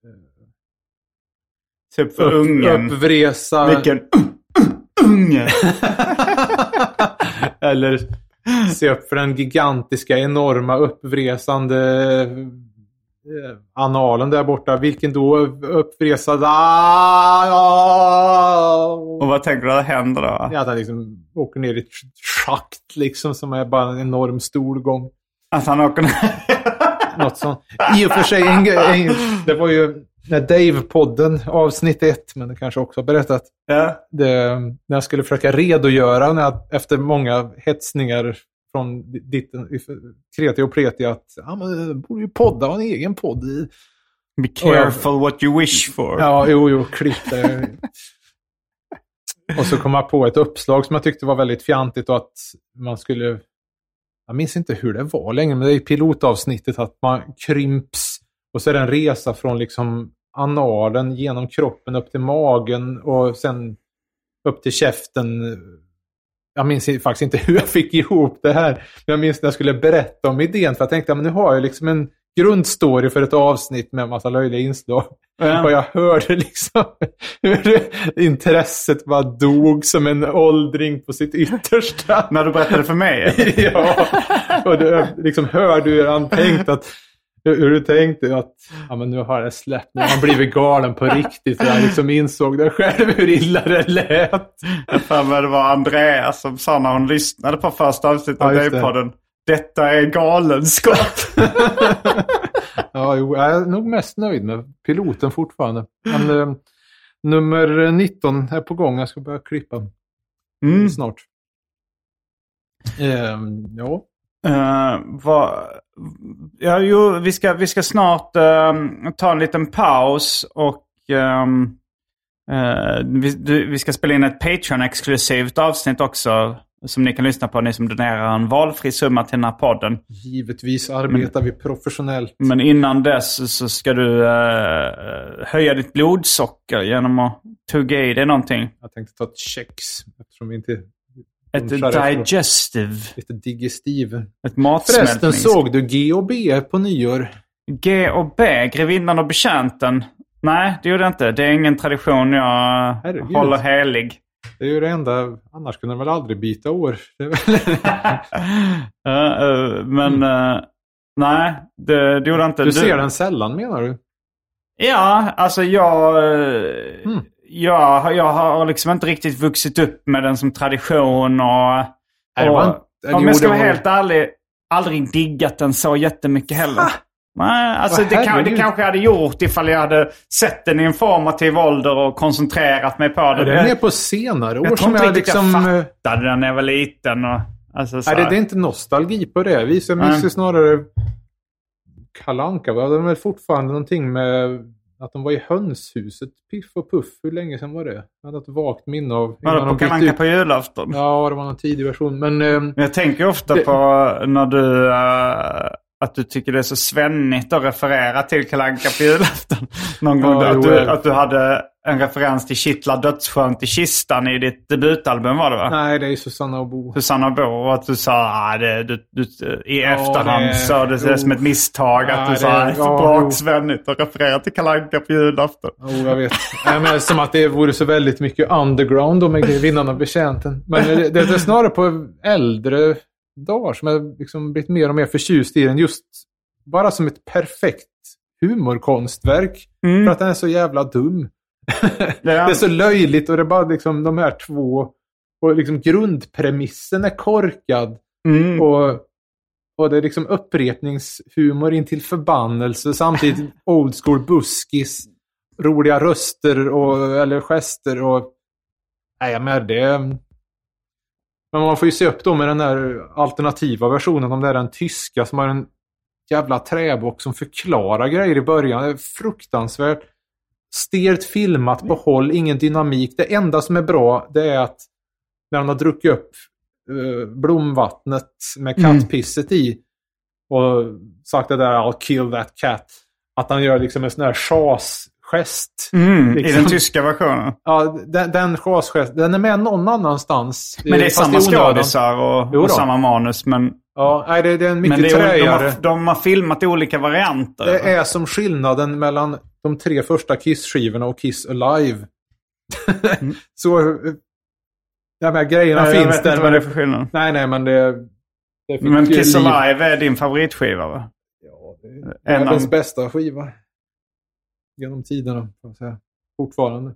Se upp för upp, ungen. Uppresa. Vilken unge. Eller se upp för den gigantiska, enorma, uppvresande analen där borta. Vilken då uppvresad... Och vad tänker du att händer då? Ja, att han liksom åker ner i ett schakt liksom, som är bara en enorm stolgång. Att han åker ner? Något sånt. I och för sig, en, en, det var ju när Dave-podden, avsnitt ett, men det kanske också har berättat. Ja. Det, när jag skulle försöka redogöra när jag, efter många hetsningar från ditt kreti och preti att ja, men, du borde ju podda, ha en egen podd i. Be careful jag, what you wish for. Ja, jo, jo, klipp det. Och så kom jag på ett uppslag som jag tyckte var väldigt fjantigt och att man skulle, jag minns inte hur det var längre, men det är pilotavsnittet att man krymps och så är det en resa från liksom analen genom kroppen upp till magen och sen upp till käften. Jag minns faktiskt inte hur jag fick ihop det här. Men jag minns när jag skulle berätta om idén. För jag tänkte, men nu har jag liksom en grundstory för ett avsnitt med en massa löjliga inslag. Mm. Och jag hörde liksom hur intresset bara dog som en åldring på sitt yttersta. När du berättade för mig? Ja, och du liksom hörde hur han tänkte att hur du tänkte att ja, men nu har jag släppt, nu har han blivit galen på riktigt. Jag liksom insåg det själv hur illa det lät. Jag för mig det var Andreas som sa när hon lyssnade på första avsnittet av ja, Dave-podden. Detta är galenskap. Ja, jo, jag är nog mest nöjd med piloten fortfarande. Men, eh, nummer nitton är på gång. Jag ska börja klippa mm. snart. Eh, ja. Uh, vad, ja, jo, vi ska, vi ska snart uh, ta en liten paus och um, uh, vi, vi ska spela in ett Patreon-exklusivt avsnitt också som ni kan lyssna på, ni som donerar en valfri summa till den här podden. Givetvis arbetar men, vi professionelellt. Men innan dess så ska du uh, höja ditt blodsocker genom att tugga i dig någonting. Jag tänkte ta ett kex eftersom vi inte... Ett digestive. Lite digestiv. Ett matsmältnings. Förresten, såg du G och B på nyår? G och B, grevinnan och betjänten. Nej, det gjorde jag inte. Det är ingen tradition jag Herregud. håller helig. Det är ju det enda. Annars kunde man väl aldrig byta år. uh, uh, men mm. uh, nej, det, det gjorde jag inte. Du ser du... den sällan, menar du? Ja, alltså jag... Uh, mm. Ja, jag har liksom inte riktigt vuxit upp med den som tradition och, och man, om jag ska vara helt ärlig, aldrig diggat den så jättemycket heller. Ah, Nej, alltså det, kan, det kanske jag hade gjort ifall jag hade sett den i informativ ålder och koncentrerat mig på det. Ja, det är mer på senare år jag som jag liksom... Jag fattade den när jag var liten. Och, alltså, så Nej, det, det är inte nostalgi på det vis. Jag minns ju snarare Kalle Anka. Det var väl fortfarande någonting med... Att de var i hönshuset, Piff och Puff. Hur länge sedan var det? Jag hade ett vagt minne av... Var det på Kalle Anka på julafton? Ja, det var någon tidig version. Men, eh, jag tänker ofta det... på när du... Uh, att du tycker det är så svennigt att referera till Kalle Anka på julafton. Någon gång ja, att, du, att du hade en referens till Kittla dödsskönt i kistan i ditt debutalbum, var det va? Nej, det är Susanna och Bo. Susanna och Bo, och att du sa ah, det, du, du, i ja, efterhand det, så det ser som ett misstag ja, att du det, sa det är så bra svennigt att referera till Kalle Anka på julafton. Jo, jag vet. Jag menar, som att det vore så väldigt mycket underground då med vinnarna och betjänten. Men det, det, det är snarare på äldre dagar som jag liksom blivit mer och mer förtjust i den, just bara som ett perfekt humorkonstverk mm. för att den är så jävla dum. Ja. Det är så löjligt och det är bara liksom de här två och liksom grundpremissen är korkad mm. och, och det är liksom upprepningshumor in till förbannelse, samtidigt old school buskis, roliga röster och, eller gester och Nej, men det... Men man får ju se upp då med den där alternativa versionen. Om det är den tyska som har en jävla träbock som förklarar grejer i början. Det är fruktansvärt stelt filmat på håll, ingen dynamik. Det enda som är bra, det är att när han har druckit upp uh, blomvattnet med kattpisset mm. i och sagt det där I'll kill that cat, att han gör liksom en sån här chas-gest. Mm, liksom. I den tyska versionen. Ja, den, den chas-gest, den är med någon annanstans. Men det är samma skådisar och, och samma manus, men... Ja, nej, det, det är en mycket men det är, träigare. De har, de har filmat olika varianter. Det är som skillnaden mellan de tre första Kiss-skivorna och Kiss Alive. Mm. Så... Ja, men grejerna nej, finns jag vet där. Inte vad det är för skillnad. Nej, nej, men det... det men Kiss liv. Alive är din favoritskiva, va? Ja, det är världens av... bästa skiva. Genom tiderna, kan man säga. Fortfarande.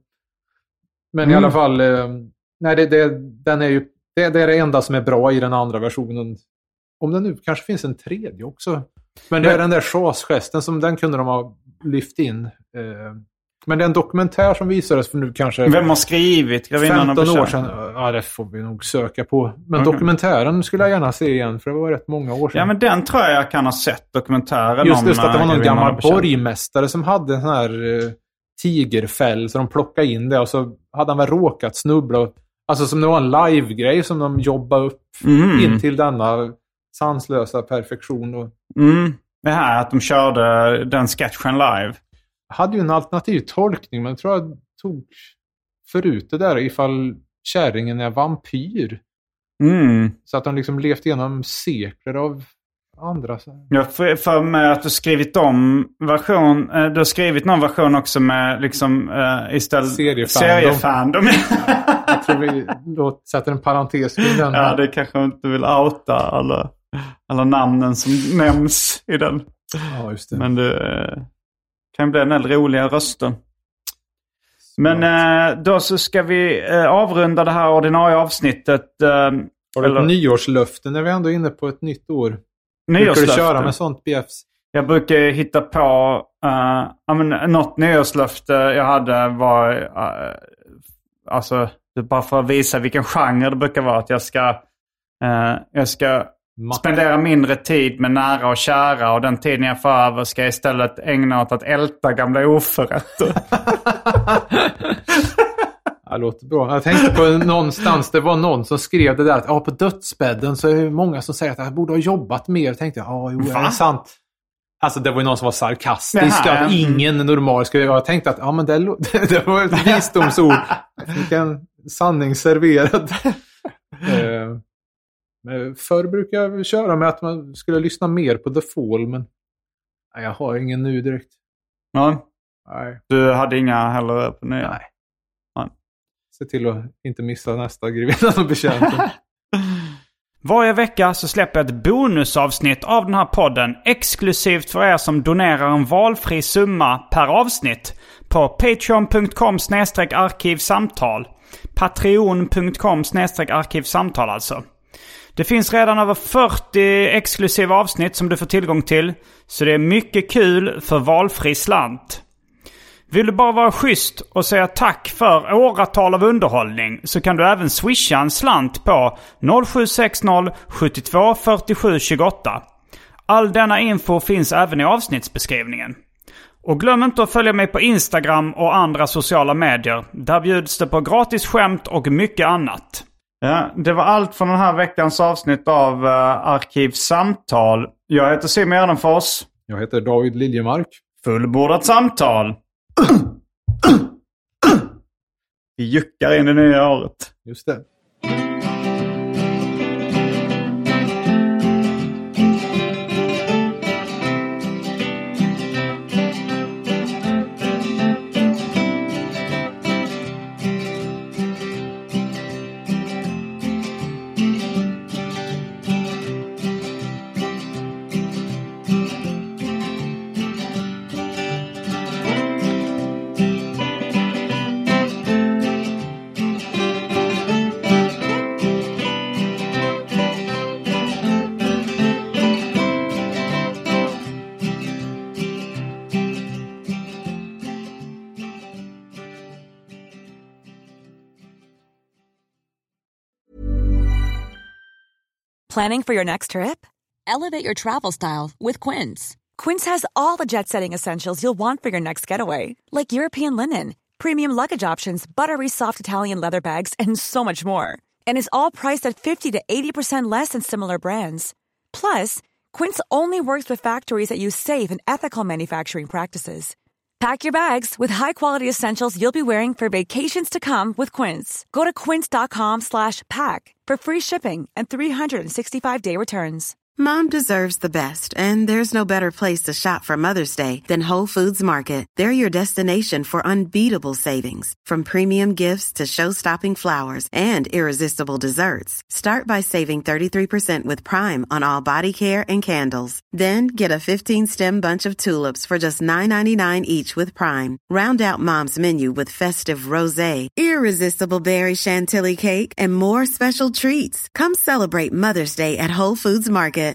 Men mm. i alla fall... Eh, nej, det, det, den är ju... Det, det är det enda som är bra i den andra versionen. Om det nu kanske finns en tredje också. Men det är men... den där chas-gesten som den kunde de ha lyft in. Eh, men det är en dokumentär som visades för nu kanske... Vem har skrivit? femton år sedan. Ja, det får vi nog söka på. Men okay. Dokumentären skulle jag gärna se igen, för det var rätt många år sedan. Ja, men den tror jag jag kan ha sett, dokumentären. Just, om, just att det var någon gammal borgmästare som hade en sån här uh, tigerfäll, så de plockade in det och så hade han väl råkat snubbla. Alltså som det var en live-grej som de jobbade upp mm. in till denna sanslösa perfektion. Och... Mm. Det här att de körde den sketchen live. Jag hade ju en alternativ tolkning, men jag tror jag tog förut det där ifall kärringen är vampyr. Mm. Så att de liksom levt igenom sekler av andra. Jag för, för mig att du skrivit om version, du har skrivit någon version också med liksom uh, istället seriefandom. Jag tror vi låt, sätter en parentes i den. Ja, det kanske inte vill outa alla, alla namnen som nämns i den. Ja, just det. Men det kan bli en del roliga röster. Men eh, då så ska vi eh, avrunda det här ordinarie avsnittet. Eh, Har du eller... ett nyårslöfte när vi ändå är inne på ett nytt år? Nyårslöfte? Brukar du köra med sånt B Fs? Jag brukar hitta på... Uh, I mean, något nyårslöfte jag hade var... Uh, alltså, bara för att visa vilken genre det brukar vara. Att jag ska... Uh, jag ska... spendera mindre tid med nära och kära, och den tiden jag får över ska jag istället ägna åt att älta gamla oförrätter. Det låter bra. Jag tänkte på någonstans, det var någon som skrev det där att ja, på dödsbädden så är det många som säger att jag borde ha jobbat mer. Jag tänkte, ja, jo, det är sant. Alltså det var ju någon som var sarkastisk, att mm. ingen normal skulle... Jag tänkte att ja, men det, det var ett visdomsord. Vilken sanning serverad. uh. Förr brukar jag köra med att man skulle lyssna mer på The Fall, men nej, jag har ingen nu direkt. Ja. Nej. Du hade inga heller på nya? Nej. Nej. Se till att inte missa nästa Grevinnan och Betjänten. Varje vecka så släpper jag ett bonusavsnitt av den här podden exklusivt för er som donerar en valfri summa per avsnitt på patreon punkt com snedstreck arkivsamtal. patreon punkt com snedstreck arkivsamtal alltså. Det finns redan över fyrtio exklusiva avsnitt som du får tillgång till, så det är mycket kul för valfri slant. Vill du bara vara schysst och säga tack för åratal av underhållning, så kan du även swisha en slant på noll sju sex noll sju två fyra sju två åtta. All denna info finns även i avsnittsbeskrivningen. Och glöm inte att följa mig på Instagram och andra sociala medier. Där bjuds det på gratis skämt och mycket annat. Ja, det var allt från den här veckans avsnitt av uh, Arkivsamtal. Jag heter Simon Gärdenfors. Jag heter David Liljemark. Fullbordat samtal. Vi juckar in det nya året. Just det. Planning for your next trip? Elevate your travel style with Quince. Quince has all the jet-setting essentials you'll want for your next getaway, like European linen, premium luggage options, buttery soft Italian leather bags, and so much more. And is all priced at fifty to eighty percent less than similar brands. Plus, Quince only works with factories that use safe and ethical manufacturing practices. Pack your bags with high-quality essentials you'll be wearing for vacations to come with Quince. Go to quince.com slash pack for free shipping and three sixty-five day returns. Mom deserves the best, and there's no better place to shop for Mother's Day than Whole Foods Market. They're your destination for unbeatable savings, from premium gifts to show-stopping flowers and irresistible desserts. Start by saving thirty-three percent with Prime on all body care and candles. Then get a fifteen-stem bunch of tulips for just nine ninety-nine each with Prime. Round out Mom's menu with festive rosé, irresistible berry chantilly cake, and more special treats. Come celebrate Mother's Day at Whole Foods Market.